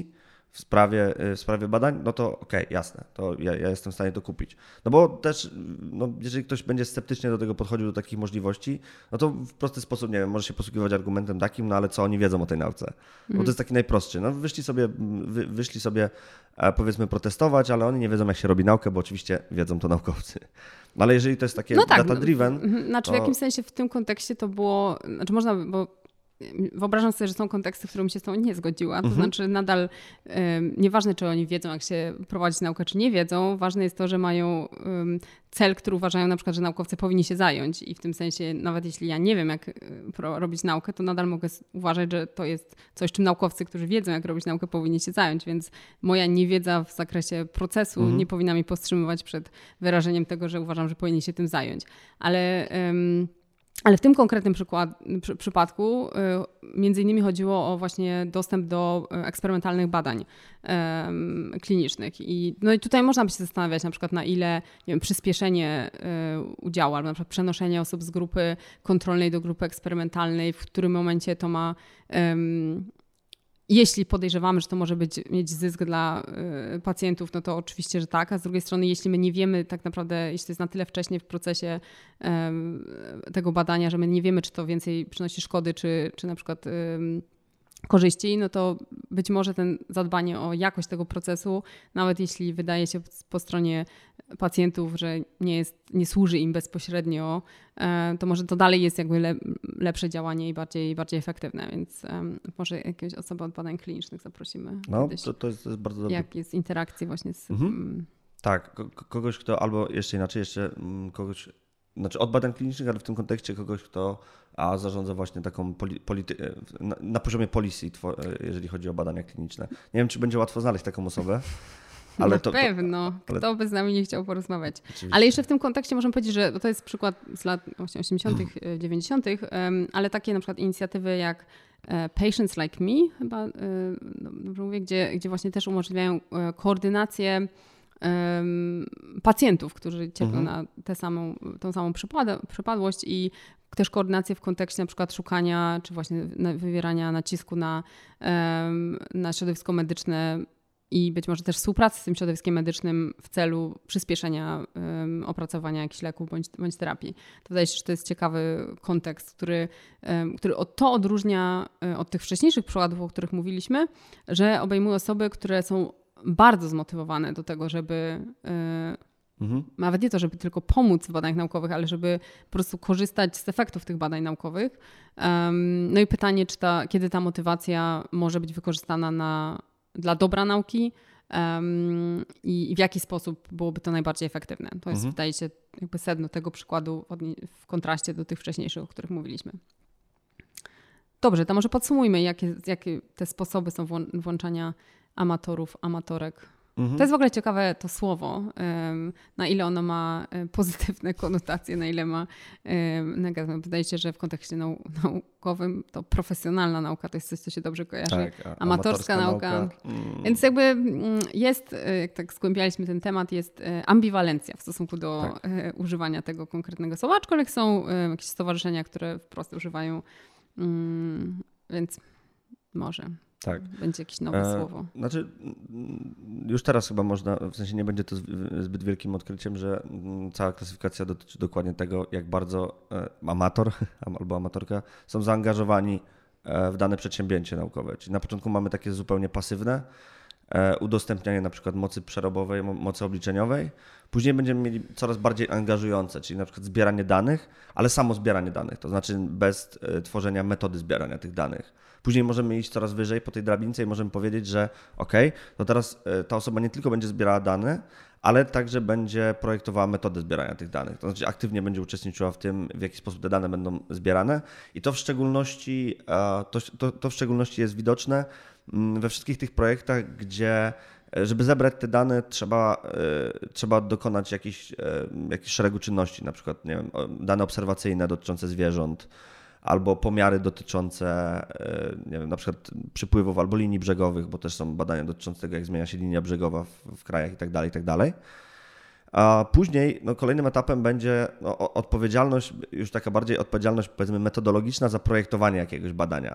w sprawie, w sprawie badań, no to okej, okay, jasne, to ja, ja jestem w stanie to kupić. No bo też, no, jeżeli ktoś będzie sceptycznie do tego podchodził, do takich możliwości, no to w prosty sposób, nie wiem, może się posługiwać argumentem takim, no ale co oni wiedzą o tej nauce? Mm. Bo to jest taki najprostszy. No wyszli sobie, wy, wyszli sobie powiedzmy protestować, ale oni nie wiedzą, jak się robi naukę, bo oczywiście wiedzą to naukowcy. No ale jeżeli to jest takie no tak, data-driven... Znaczy to... w jakimś sensie w tym kontekście to było, znaczy można, bo wyobrażam sobie, że są konteksty, w którym się z tą nie zgodziła. To mhm. znaczy nadal um, nieważne, czy oni wiedzą, jak się prowadzić naukę, czy nie wiedzą. Ważne jest to, że mają um, cel, który uważają na przykład, że naukowcy powinni się zająć. I w tym sensie, nawet jeśli ja nie wiem, jak pro, robić naukę, to nadal mogę uważać, że to jest coś, czym naukowcy, którzy wiedzą, jak robić naukę, powinni się zająć. Więc moja niewiedza w zakresie procesu mhm. nie powinna mnie powstrzymywać przed wyrażeniem tego, że uważam, że powinni się tym zająć. Ale... Um, Ale w tym konkretnym przykład, przy, przypadku y, między innymi chodziło o właśnie dostęp do eksperymentalnych badań y, klinicznych. I, no i tutaj można by się zastanawiać na przykład na ile nie wiem, przyspieszenie y, udziału albo na przykład przenoszenie osób z grupy kontrolnej do grupy eksperymentalnej, w którym momencie to ma... Y, Jeśli podejrzewamy, że to może być, mieć zysk dla y, pacjentów, no to oczywiście, że tak. A z drugiej strony, jeśli my nie wiemy tak naprawdę, jeśli to jest na tyle wcześnie w procesie y, tego badania, że my nie wiemy, czy to więcej przynosi szkody, czy, czy na przykład y, korzyści, no to być może ten zadbanie o jakość tego procesu, nawet jeśli wydaje się po stronie pacjentów, że nie, jest, nie służy im bezpośrednio, to może to dalej jest jakby le, lepsze działanie i bardziej, bardziej efektywne, więc um, może jakieś osoby od badań klinicznych zaprosimy. No, to, to, jest, to jest bardzo dobre. Jak jest interakcja właśnie z... Mhm. Tak, kogoś, kto albo jeszcze inaczej, jeszcze kogoś, znaczy od badań klinicznych, ale w tym kontekście kogoś, kto a zarządza właśnie taką poli, polity, na, na poziomie policji, jeżeli chodzi o badania kliniczne. Nie wiem, czy będzie łatwo znaleźć taką osobę. Ale na to, pewno. To, ale... Kto by z nami nie chciał porozmawiać. Oczywiście. Ale jeszcze w tym kontekście możemy powiedzieć, że to jest przykład z lat osiemdziesiątych, dziewięćdziesiątych, ale takie na przykład inicjatywy jak Patients Like Me, chyba dobrze mówię, gdzie, gdzie właśnie też umożliwiają koordynację pacjentów, którzy cierpią mhm. na tę samą, tą samą przypadłość i też koordynację w kontekście na przykład szukania, czy właśnie wywierania nacisku na, na środowisko medyczne i być może też współpracy z tym środowiskiem medycznym w celu przyspieszenia um, opracowania jakichś leków bądź, bądź terapii. To wydaje się, że to jest ciekawy kontekst, który, um, który to odróżnia od tych wcześniejszych przykładów, o których mówiliśmy, że obejmuje osoby, które są bardzo zmotywowane do tego, żeby y, mhm. nawet nie to, żeby tylko pomóc w badaniach naukowych, ale żeby po prostu korzystać z efektów tych badań naukowych. Um, no i pytanie, czy ta, kiedy ta motywacja może być wykorzystana na dla dobra nauki um, i w jaki sposób byłoby to najbardziej efektywne. To jest, mhm. wydaje się, jakby sedno tego przykładu w kontraście do tych wcześniejszych, o których mówiliśmy. Dobrze, to może podsumujmy, jakie, jakie te sposoby są włączania amatorów, amatorek. Mhm. To jest w ogóle ciekawe to słowo, na ile ono ma pozytywne konotacje, na ile ma negatywne. Wydaje się, że w kontekście nau- naukowym to profesjonalna nauka to jest coś, co się dobrze kojarzy. Tak, a, amatorska nauka. nauka. Mm. Więc jakby jest, jak tak zgłębialiśmy ten temat, jest ambiwalencja w stosunku do tak. używania tego konkretnego słowa, aczkolwiek są jakieś stowarzyszenia, które wprost używają, więc może... Tak. Będzie jakieś nowe e, słowo. Znaczy, już teraz chyba można, w sensie nie będzie to zbyt wielkim odkryciem, że cała klasyfikacja dotyczy dokładnie tego, jak bardzo amator albo amatorka są zaangażowani w dane przedsięwzięcie naukowe. Czyli na początku mamy takie zupełnie pasywne udostępnianie na przykład mocy przerobowej, mocy obliczeniowej. Później będziemy mieli coraz bardziej angażujące, czyli na przykład zbieranie danych, ale samo zbieranie danych, to znaczy bez tworzenia metody zbierania tych danych. Później możemy iść coraz wyżej po tej drabince i możemy powiedzieć, że ok, to teraz ta osoba nie tylko będzie zbierała dane, ale także będzie projektowała metodę zbierania tych danych. To znaczy aktywnie będzie uczestniczyła w tym, w jaki sposób te dane będą zbierane i to w szczególności, to, to, to w szczególności jest widoczne we wszystkich tych projektach, gdzie żeby zebrać te dane trzeba, trzeba dokonać jakichś, jakichś szeregu czynności, na przykład nie wiem, dane obserwacyjne dotyczące zwierząt, albo pomiary dotyczące nie wiem, na przykład przypływów albo linii brzegowych, bo też są badania dotyczące tego, jak zmienia się linia brzegowa w, w krajach i tak dalej, i tak dalej. A później no, kolejnym etapem będzie no, odpowiedzialność, już taka bardziej odpowiedzialność powiedzmy metodologiczna za projektowanie jakiegoś badania.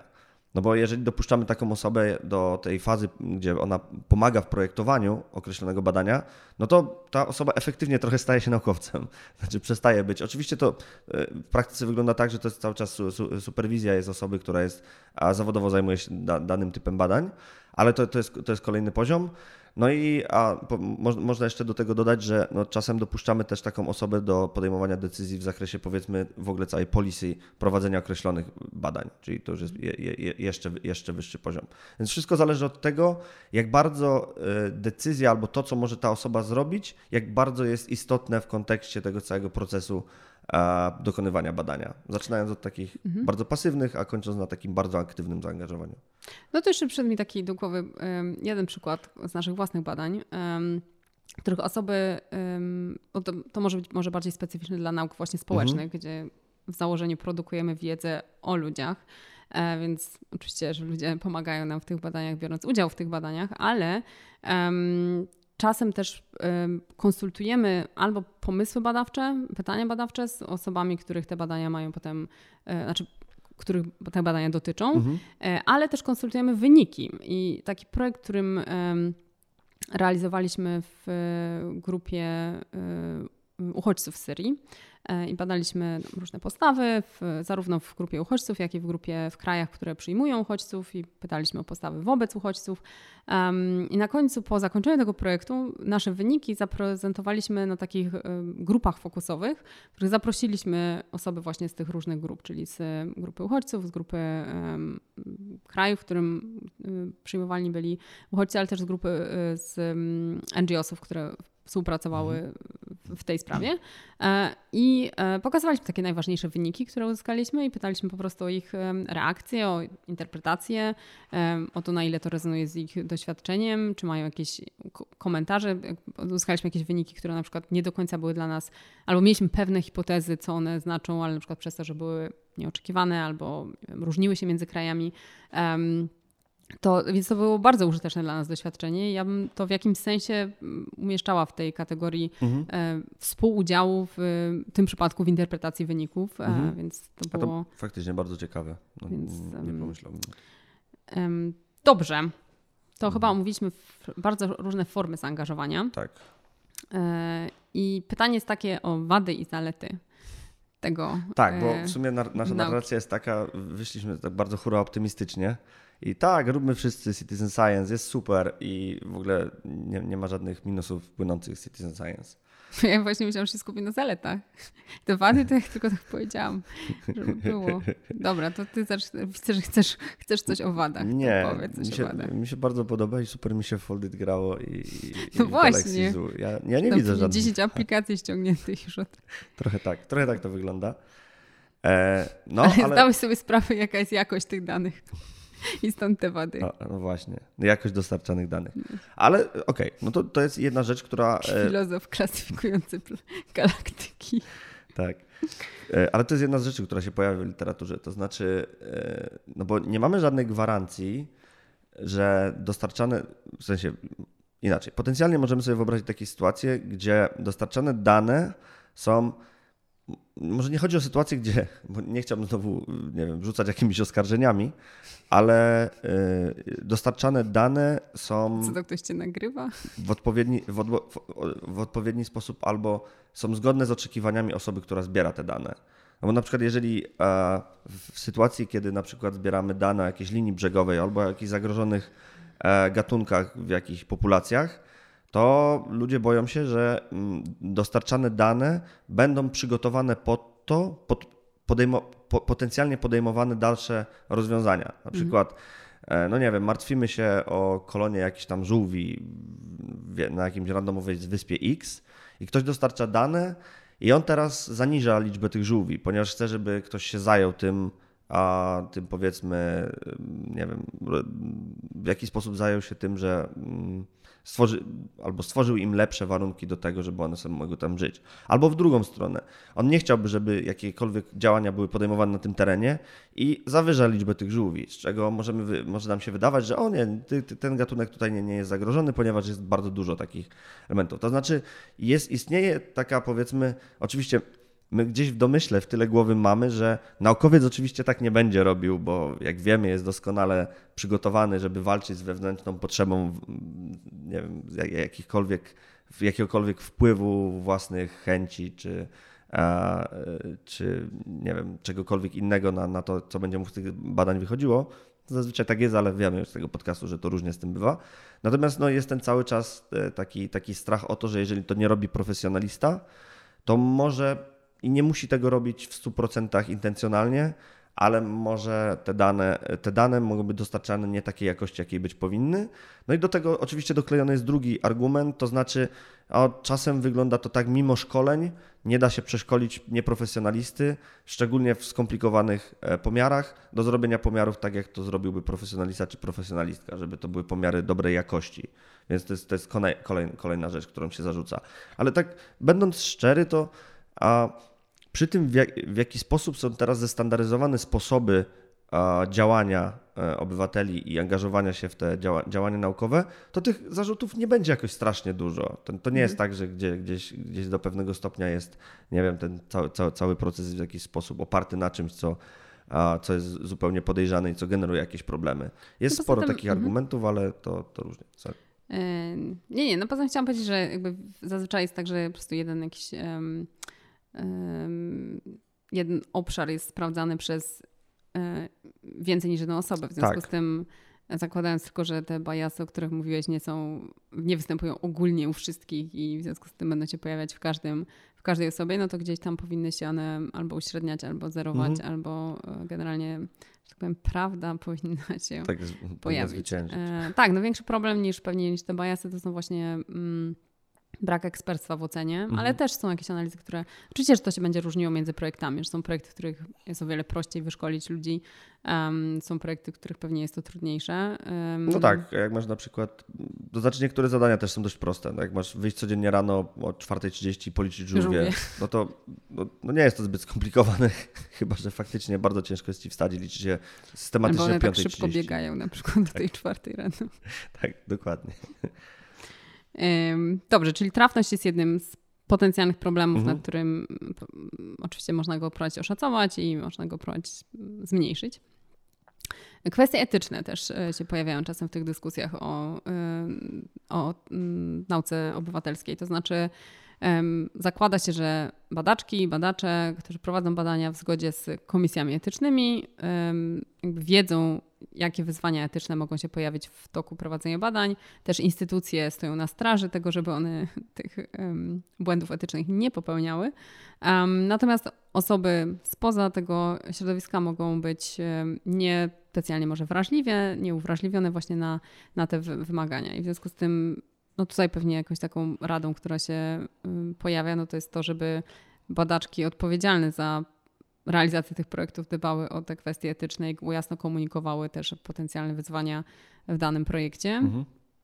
No bo jeżeli dopuszczamy taką osobę do tej fazy, gdzie ona pomaga w projektowaniu określonego badania, no to ta osoba efektywnie trochę staje się naukowcem. Znaczy przestaje być. Oczywiście to w praktyce wygląda tak, że to jest cały czas superwizja jest osoby, która jest, a zawodowo zajmuje się da, danym typem badań, ale to, to, jest, to jest kolejny poziom. No i a, po, mo, można jeszcze do tego dodać, że no, czasem dopuszczamy też taką osobę do podejmowania decyzji w zakresie powiedzmy w ogóle całej policy prowadzenia określonych badań, czyli to już jest je, je, jeszcze, jeszcze wyższy poziom. Więc wszystko zależy od tego, jak bardzo y, decyzja albo to, co może ta osoba zrobić, jak bardzo jest istotne w kontekście tego całego procesu a, dokonywania badania. Zaczynając od takich mhm. bardzo pasywnych, a kończąc na takim bardzo aktywnym zaangażowaniu. No to jeszcze przyszedł mi taki do głowy um, jeden przykład z naszych własnych badań, um, których osoby, um, to, to może być może bardziej specyficzne dla nauk właśnie społecznych, mhm. gdzie w założeniu produkujemy wiedzę o ludziach, e, więc oczywiście, że ludzie pomagają nam w tych badaniach, biorąc udział w tych badaniach, ale um, czasem też um, konsultujemy albo pomysły badawcze, pytania badawcze z osobami, których te badania mają potem, e, znaczy których te badania dotyczą, mhm. ale też konsultujemy wyniki. I taki projekt, którym realizowaliśmy w grupie uchodźców z Syrii i badaliśmy różne postawy, w, zarówno w grupie uchodźców, jak i w grupie w krajach, które przyjmują uchodźców i pytaliśmy o postawy wobec uchodźców. Um, I na końcu, po zakończeniu tego projektu, nasze wyniki zaprezentowaliśmy na takich um, grupach fokusowych, w których zaprosiliśmy osoby właśnie z tych różnych grup, czyli z grupy uchodźców, z grupy um, krajów, w którym um, przyjmowani byli uchodźcy, ale też z grupy um, z um, N G O sów, które współpracowały w tej sprawie i pokazywaliśmy takie najważniejsze wyniki, które uzyskaliśmy i pytaliśmy po prostu o ich reakcje, o interpretację, o to, na ile to rezonuje z ich doświadczeniem, czy mają jakieś komentarze. Uzyskaliśmy jakieś wyniki, które na przykład nie do końca były dla nas, albo mieliśmy pewne hipotezy, co one znaczą, ale na przykład przez to, że były nieoczekiwane albo różniły się między krajami. To, więc to było bardzo użyteczne dla nas doświadczenie. Ja bym to w jakimś sensie umieszczała w tej kategorii mhm. e, współudziału w tym przypadku w interpretacji wyników, mhm. e, więc to było... A to faktycznie bardzo ciekawe. No, więc, nie pomyślałbym. Um, dobrze. To mhm. chyba omówiliśmy bardzo różne formy zaangażowania. Tak. E, I pytanie jest takie o wady i zalety tego. Tak, bo w sumie na, nasza narracja jest taka, wyszliśmy tak bardzo hura optymistycznie. I tak, róbmy wszyscy Citizen Science, jest super i w ogóle nie, nie ma żadnych minusów płynących z Citizen Science. Ja właśnie myślałam, że się skupię na zaletach. Te wady to jak tylko tak powiedziałam, żeby było. Dobra, to ty zacznij, widzę, że chcesz, chcesz coś o wadach. Nie, powiedz coś mi, się, o wadach. mi się bardzo podoba i super mi się w Foldit grało i, i no właśnie. Ja, ja nie Tam widzę żadnych. dziesięć aplikacji ściągniętych już od... Trochę tak, trochę tak to wygląda. E, no, ale, ale zdałeś sobie sprawę, jaka jest jakość tych danych. I stąd te wady. No, no właśnie, jakość dostarczanych danych. Ale okej, okay, no to, to jest jedna rzecz, która... Filozof klasyfikujący galaktyki. Tak, ale to jest jedna z rzeczy, która się pojawia w literaturze. To znaczy, no bo nie mamy żadnej gwarancji, że dostarczane, w sensie inaczej, potencjalnie możemy sobie wyobrazić takie sytuacje, gdzie dostarczane dane są... Może nie chodzi o sytuację, gdzie, bo nie chciałbym znowu, nie wiem, rzucać jakimiś oskarżeniami, ale y, dostarczane dane są... Co to ktoś cię nagrywa? W odpowiedni, w, odbo, w, w odpowiedni sposób albo są zgodne z oczekiwaniami osoby, która zbiera te dane. No bo na przykład jeżeli e, w sytuacji, kiedy na przykład zbieramy dane o jakiejś linii brzegowej albo o jakichś zagrożonych e, gatunkach w jakichś populacjach, to ludzie boją się, że dostarczane dane będą przygotowane pod to, pod podejmo, po, potencjalnie podejmowane dalsze rozwiązania. Na przykład, mhm. no nie wiem, martwimy się o kolonię jakichś tam żółwi na jakimś randomowej wyspie X i ktoś dostarcza dane i on teraz zaniża liczbę tych żółwi, ponieważ chce, żeby ktoś się zajął tym, a tym powiedzmy, nie wiem, w jaki sposób zajął się tym, że stworzy, albo stworzył im lepsze warunki do tego, żeby one sobie mogły tam żyć. Albo w drugą stronę. On nie chciałby, żeby jakiekolwiek działania były podejmowane na tym terenie i zawyża liczbę tych żółwi, z czego możemy, może nam się wydawać, że o nie, ty, ty, ten gatunek tutaj nie, nie jest zagrożony, ponieważ jest bardzo dużo takich elementów. To znaczy jest, istnieje taka, powiedzmy, oczywiście my gdzieś w domyśle, w tyle głowy mamy, że naukowiec oczywiście tak nie będzie robił, bo jak wiemy, jest doskonale przygotowany, żeby walczyć z wewnętrzną potrzebą nie wiem, jakichkolwiek, jakiegokolwiek wpływu własnych chęci, czy, a, czy nie wiem, czegokolwiek innego na, na to, co będzie mu z tych badań wychodziło. Zazwyczaj tak jest, ale wiemy już z tego podcastu, że to różnie z tym bywa. Natomiast no, jest ten cały czas taki, taki strach o to, że jeżeli to nie robi profesjonalista, to może i nie musi tego robić w stu procentach intencjonalnie, ale może te dane, te dane mogą być dostarczane nie takiej jakości, jakiej być powinny. No i do tego oczywiście doklejony jest drugi argument, to znaczy a czasem wygląda to tak, mimo szkoleń nie da się przeszkolić nieprofesjonalisty, szczególnie w skomplikowanych pomiarach, do zrobienia pomiarów tak, jak to zrobiłby profesjonalista czy profesjonalistka, żeby to były pomiary dobrej jakości. Więc to jest, to jest kolej, kolejna rzecz, którą się zarzuca. Ale tak będąc szczery, to a przy tym w, jak, w jaki sposób są teraz zestandaryzowane sposoby a, działania a, obywateli i angażowania się w te działa, działania naukowe, to tych zarzutów nie będzie jakoś strasznie dużo. To, to nie jest tak, że gdzie, gdzieś, gdzieś do pewnego stopnia jest, nie wiem, ten cały, cały, cały proces w jakiś sposób oparty na czymś, co, a, co jest zupełnie podejrzane i co generuje jakieś problemy. Jest no sporo tym, takich uh-huh. argumentów, ale to, to różnie. Sorry. Nie, nie, no poza tym chciałam powiedzieć, że jakby zazwyczaj jest tak, że po prostu jeden jakiś um, um, jeden obszar jest sprawdzany przez um, więcej niż jedną osobę. W związku tak. z tym zakładając tylko, że te biasy, o których mówiłeś, nie są, nie występują ogólnie u wszystkich i w związku z tym będą się pojawiać w każdym, w każdej osobie, no to gdzieś tam powinny się one albo uśredniać, albo zerować, mhm. albo generalnie, że tak powiem, prawda powinna się tak, pojawić. E, tak, no większy problem niż pewnie niż te biasy to są właśnie mm, brak ekspertstwa w ocenie, mhm. ale też są jakieś analizy, które... Oczywiście, że to się będzie różniło między projektami, że są projekty, w których jest o wiele prościej wyszkolić ludzi, um, są projekty, w których pewnie jest to trudniejsze. Um, no tak, jak masz na przykład... To znaczy niektóre zadania też są dość proste. No jak masz wyjść codziennie rano o czwarta trzydzieści i policzyć żółwie, no to no, no nie jest to zbyt skomplikowane, chyba że faktycznie bardzo ciężko jest ci wstać i liczyć się systematycznie o piąta trzydzieści. Albo one tak szybko biegają na przykład o tej czwartej rano. Tak, dokładnie. Dobrze, czyli trafność jest jednym z potencjalnych problemów, mhm. nad którym oczywiście można go próbować oszacować i można go próbować zmniejszyć. Kwestie etyczne też się pojawiają czasem w tych dyskusjach o, o nauce obywatelskiej. To znaczy zakłada się, że badaczki i badacze, którzy prowadzą badania w zgodzie z komisjami etycznymi, jakby wiedzą, jakie wyzwania etyczne mogą się pojawić w toku prowadzenia badań. Też instytucje stoją na straży tego, żeby one tych um, błędów etycznych nie popełniały. Um, natomiast osoby spoza tego środowiska mogą być um, niespecjalnie może wrażliwie, nieuwrażliwione właśnie na, na te wy- wymagania. I w związku z tym no tutaj pewnie jakąś taką radą, która się um, pojawia, no to jest to, żeby badaczki odpowiedzialne za realizację tych projektów dbały o te kwestie etyczne i jasno komunikowały też potencjalne wyzwania w danym projekcie. Mhm.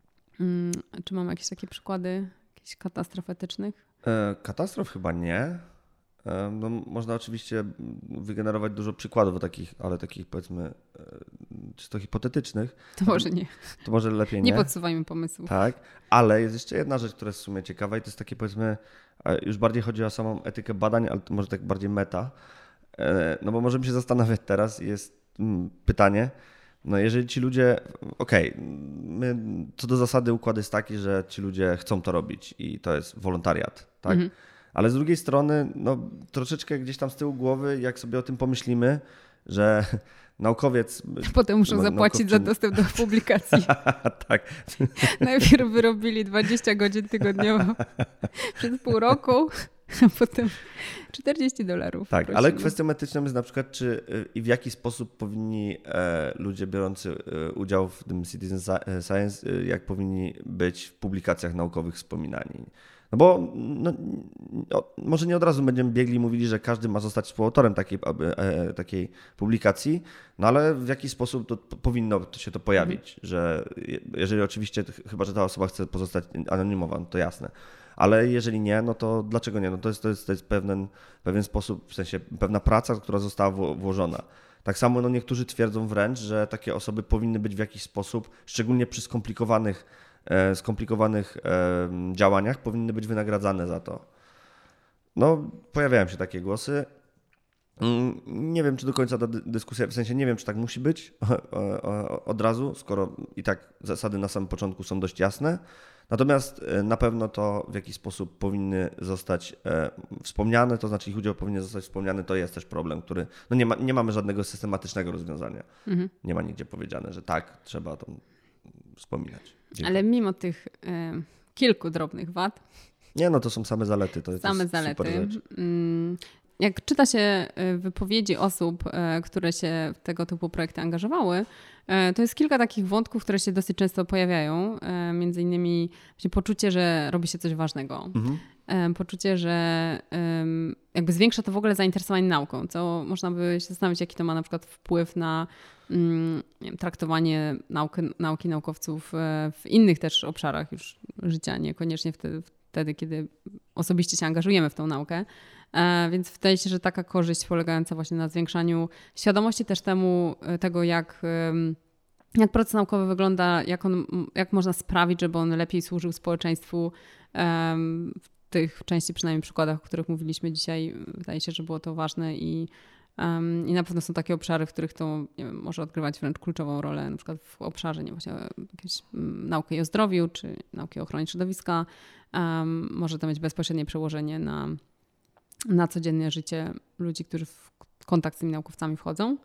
Czy mamy jakieś takie przykłady jakichś katastrof etycznych? E, katastrof chyba nie. E, no, można oczywiście wygenerować dużo przykładów takich, ale takich powiedzmy czysto hipotetycznych. To może nie. To może lepiej nie. Nie podsuwajmy pomysłów. Tak, ale jest jeszcze jedna rzecz, która jest w sumie ciekawa i to jest takie powiedzmy, już bardziej chodzi o samą etykę badań, ale to może tak bardziej meta. No bo możemy się zastanawiać teraz, jest pytanie, no jeżeli ci ludzie, okej, okay, my co do zasady układ jest taki, że ci ludzie chcą to robić i to jest wolontariat, tak? Mhm. Ale z drugiej strony, no troszeczkę gdzieś tam z tyłu głowy, jak sobie o tym pomyślimy, że naukowiec... Potem muszą zapłacić naukowczy... za dostęp do publikacji. Tak. Najpierw wyrobili dwadzieścia godzin tygodniowo przez pół roku, a potem czterdzieści dolarów. Tak, prosimy. Ale kwestią etyczną jest na przykład, czy i w jaki sposób powinni e, ludzie biorący e, udział w tym citizen science, e, jak powinni być w publikacjach naukowych wspominani. No bo no, o, może nie od razu będziemy biegli i mówili, że każdy ma zostać współautorem takiej, e, takiej publikacji, no ale w jaki sposób to powinno to się to pojawić, mhm. że jeżeli oczywiście, chyba że ta osoba chce pozostać anonimowa, no to jasne. Ale jeżeli nie, no to dlaczego nie? No to jest, to jest, to jest pewien, pewien sposób, w sensie pewna praca, która została włożona. Tak samo no niektórzy twierdzą wręcz, że takie osoby powinny być w jakiś sposób, szczególnie przy skomplikowanych, e, skomplikowanych e, działaniach, powinny być wynagradzane za to. No, pojawiają się takie głosy. Nie wiem, czy do końca ta dyskusja, w sensie nie wiem, czy tak musi być od razu, skoro i tak zasady na samym początku są dość jasne. Natomiast na pewno to, w jaki sposób powinny zostać wspomniane, to znaczy ich udział powinien zostać wspomniany, to jest też problem, który, no nie, ma, nie mamy żadnego systematycznego rozwiązania. Mhm. Nie ma nigdzie powiedziane, że tak, trzeba to wspominać. Dziękuję. Ale mimo tych y, kilku drobnych wad. Nie, no to są same zalety. To same jest zalety. Super rzecz. Jak czyta się wypowiedzi osób, które się w tego typu projekty angażowały, to jest kilka takich wątków, które się dosyć często pojawiają. Między innymi poczucie, że robi się coś ważnego. Mhm. Poczucie, że jakby zwiększa to w ogóle zainteresowanie nauką, co można by się zastanowić, jaki to ma na przykład wpływ na nie wiem, traktowanie nauki, nauki naukowców w innych też obszarach już życia, niekoniecznie wtedy, wtedy, kiedy osobiście się angażujemy w tą naukę. Więc wydaje się, że taka korzyść polegająca właśnie na zwiększaniu świadomości też temu, tego jak, jak proces naukowy wygląda, jak, on, jak można sprawić, żeby on lepiej służył społeczeństwu. W tych części przynajmniej przykładach, o których mówiliśmy dzisiaj, wydaje się, że było to ważne i, i na pewno są takie obszary, w których to nie wiem, może odgrywać wręcz kluczową rolę, na przykład w obszarze nie wiem, właśnie jakiejś nauki o zdrowiu czy nauki o ochronie środowiska. Może to mieć bezpośrednie przełożenie na na codzienne życie ludzi, którzy w kontakt z tymi naukowcami wchodzą.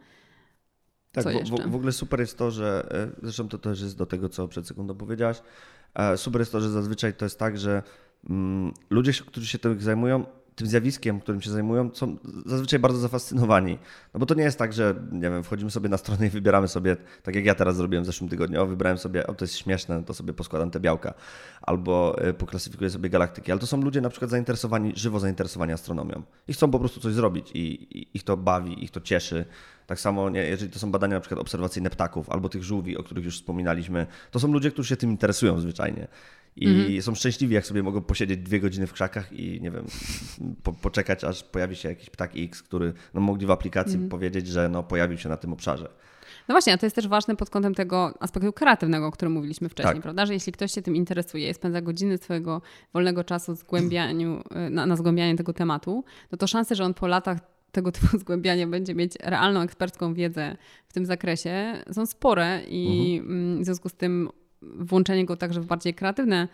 Tak, co jeszcze? W, w ogóle super jest to, że zresztą to też jest do tego, co przed sekundą powiedziałaś, super jest to, że zazwyczaj to jest tak, że mm, ludzie, którzy się tym zajmują, tym zjawiskiem, którym się zajmują, są zazwyczaj bardzo zafascynowani. No bo to nie jest tak, że nie wiem, wchodzimy sobie na stronę i wybieramy sobie, tak jak ja teraz zrobiłem w zeszłym tygodniu, o, wybrałem sobie, o to jest śmieszne, to sobie poskładam te białka, albo poklasyfikuję sobie galaktyki, ale to są ludzie na przykład zainteresowani, żywo zainteresowani astronomią i chcą po prostu coś zrobić i, i ich to bawi, ich to cieszy. Tak samo, nie, jeżeli to są badania na przykład obserwacyjne ptaków albo tych żółwi, o których już wspominaliśmy, to są ludzie, którzy się tym interesują zwyczajnie. I mhm. są szczęśliwi, jak sobie mogą posiedzieć dwie godziny w krzakach i nie wiem, po, poczekać, aż pojawi się jakiś ptak X, który no, mogli w aplikacji mhm. powiedzieć, że no, pojawił się na tym obszarze. No właśnie, a to jest też ważne pod kątem tego aspektu kreatywnego, o którym mówiliśmy wcześniej, tak. prawda? Że jeśli ktoś się tym interesuje i spędza godziny swojego wolnego czasu zgłębianiu, na, na zgłębianie tego tematu, no to szanse, że on po latach tego typu zgłębiania będzie mieć realną ekspercką wiedzę w tym zakresie są spore i mhm. w związku z tym włączenie go także w bardziej kreatywne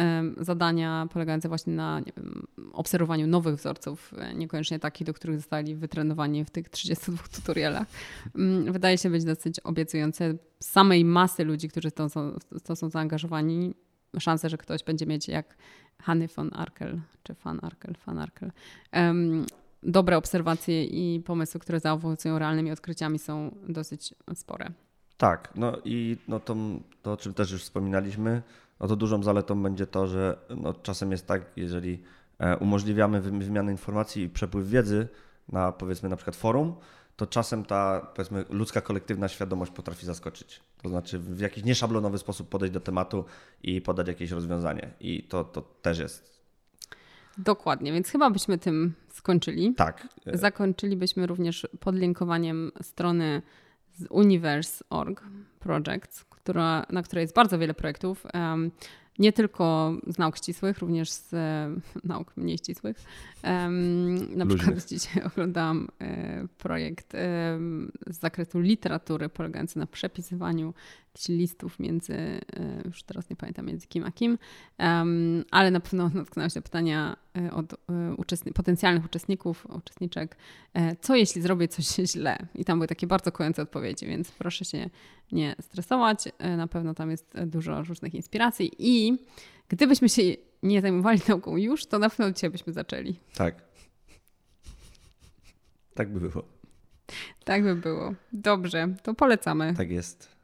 zadania polegające właśnie na nie wiem, obserwowaniu nowych wzorców, niekoniecznie takich, do których zostali wytrenowani w tych trzydziestu dwóch tutorialach, wydaje się być dosyć obiecujące. Z samej masy ludzi, którzy w to są, w to są zaangażowani, szanse, że ktoś będzie mieć jak Hanny von Arkel, czy van Arkel, van Arkel, um, dobre obserwacje i pomysły, które zaowocują realnymi odkryciami, są dosyć spore. Tak, no i no to, to, o czym też już wspominaliśmy, no to dużą zaletą będzie to, że no czasem jest tak, jeżeli umożliwiamy wymianę informacji i przepływ wiedzy na powiedzmy na przykład forum, to czasem ta powiedzmy ludzka kolektywna świadomość potrafi zaskoczyć. To znaczy w jakiś nieszablonowy sposób podejść do tematu i podać jakieś rozwiązanie. I to, to też jest. Dokładnie, więc chyba byśmy tym skończyli. Tak. Zakończylibyśmy również podlinkowaniem strony z Universe kropka org Projects, która, na której jest bardzo wiele projektów, um, nie tylko z nauk ścisłych, również z e, nauk mniej ścisłych. Um, na Luźnych. przykład dzisiaj oglądałam e, projekt e, z zakresu literatury polegający na przepisywaniu jakichś listów między, e, już teraz nie pamiętam między kim a kim, um, ale na pewno natknęłam się na pytania od e, uczestni- potencjalnych uczestników, uczestniczek, e, co jeśli zrobię coś źle? I tam były takie bardzo kojące odpowiedzi, więc proszę się nie stresować. E, na pewno tam jest dużo różnych inspiracji i gdybyśmy się nie zajmowali nauką już, to na pewno dzisiaj byśmy zaczęli. Tak. Tak by było. Tak by było. Dobrze, to polecamy. Tak jest.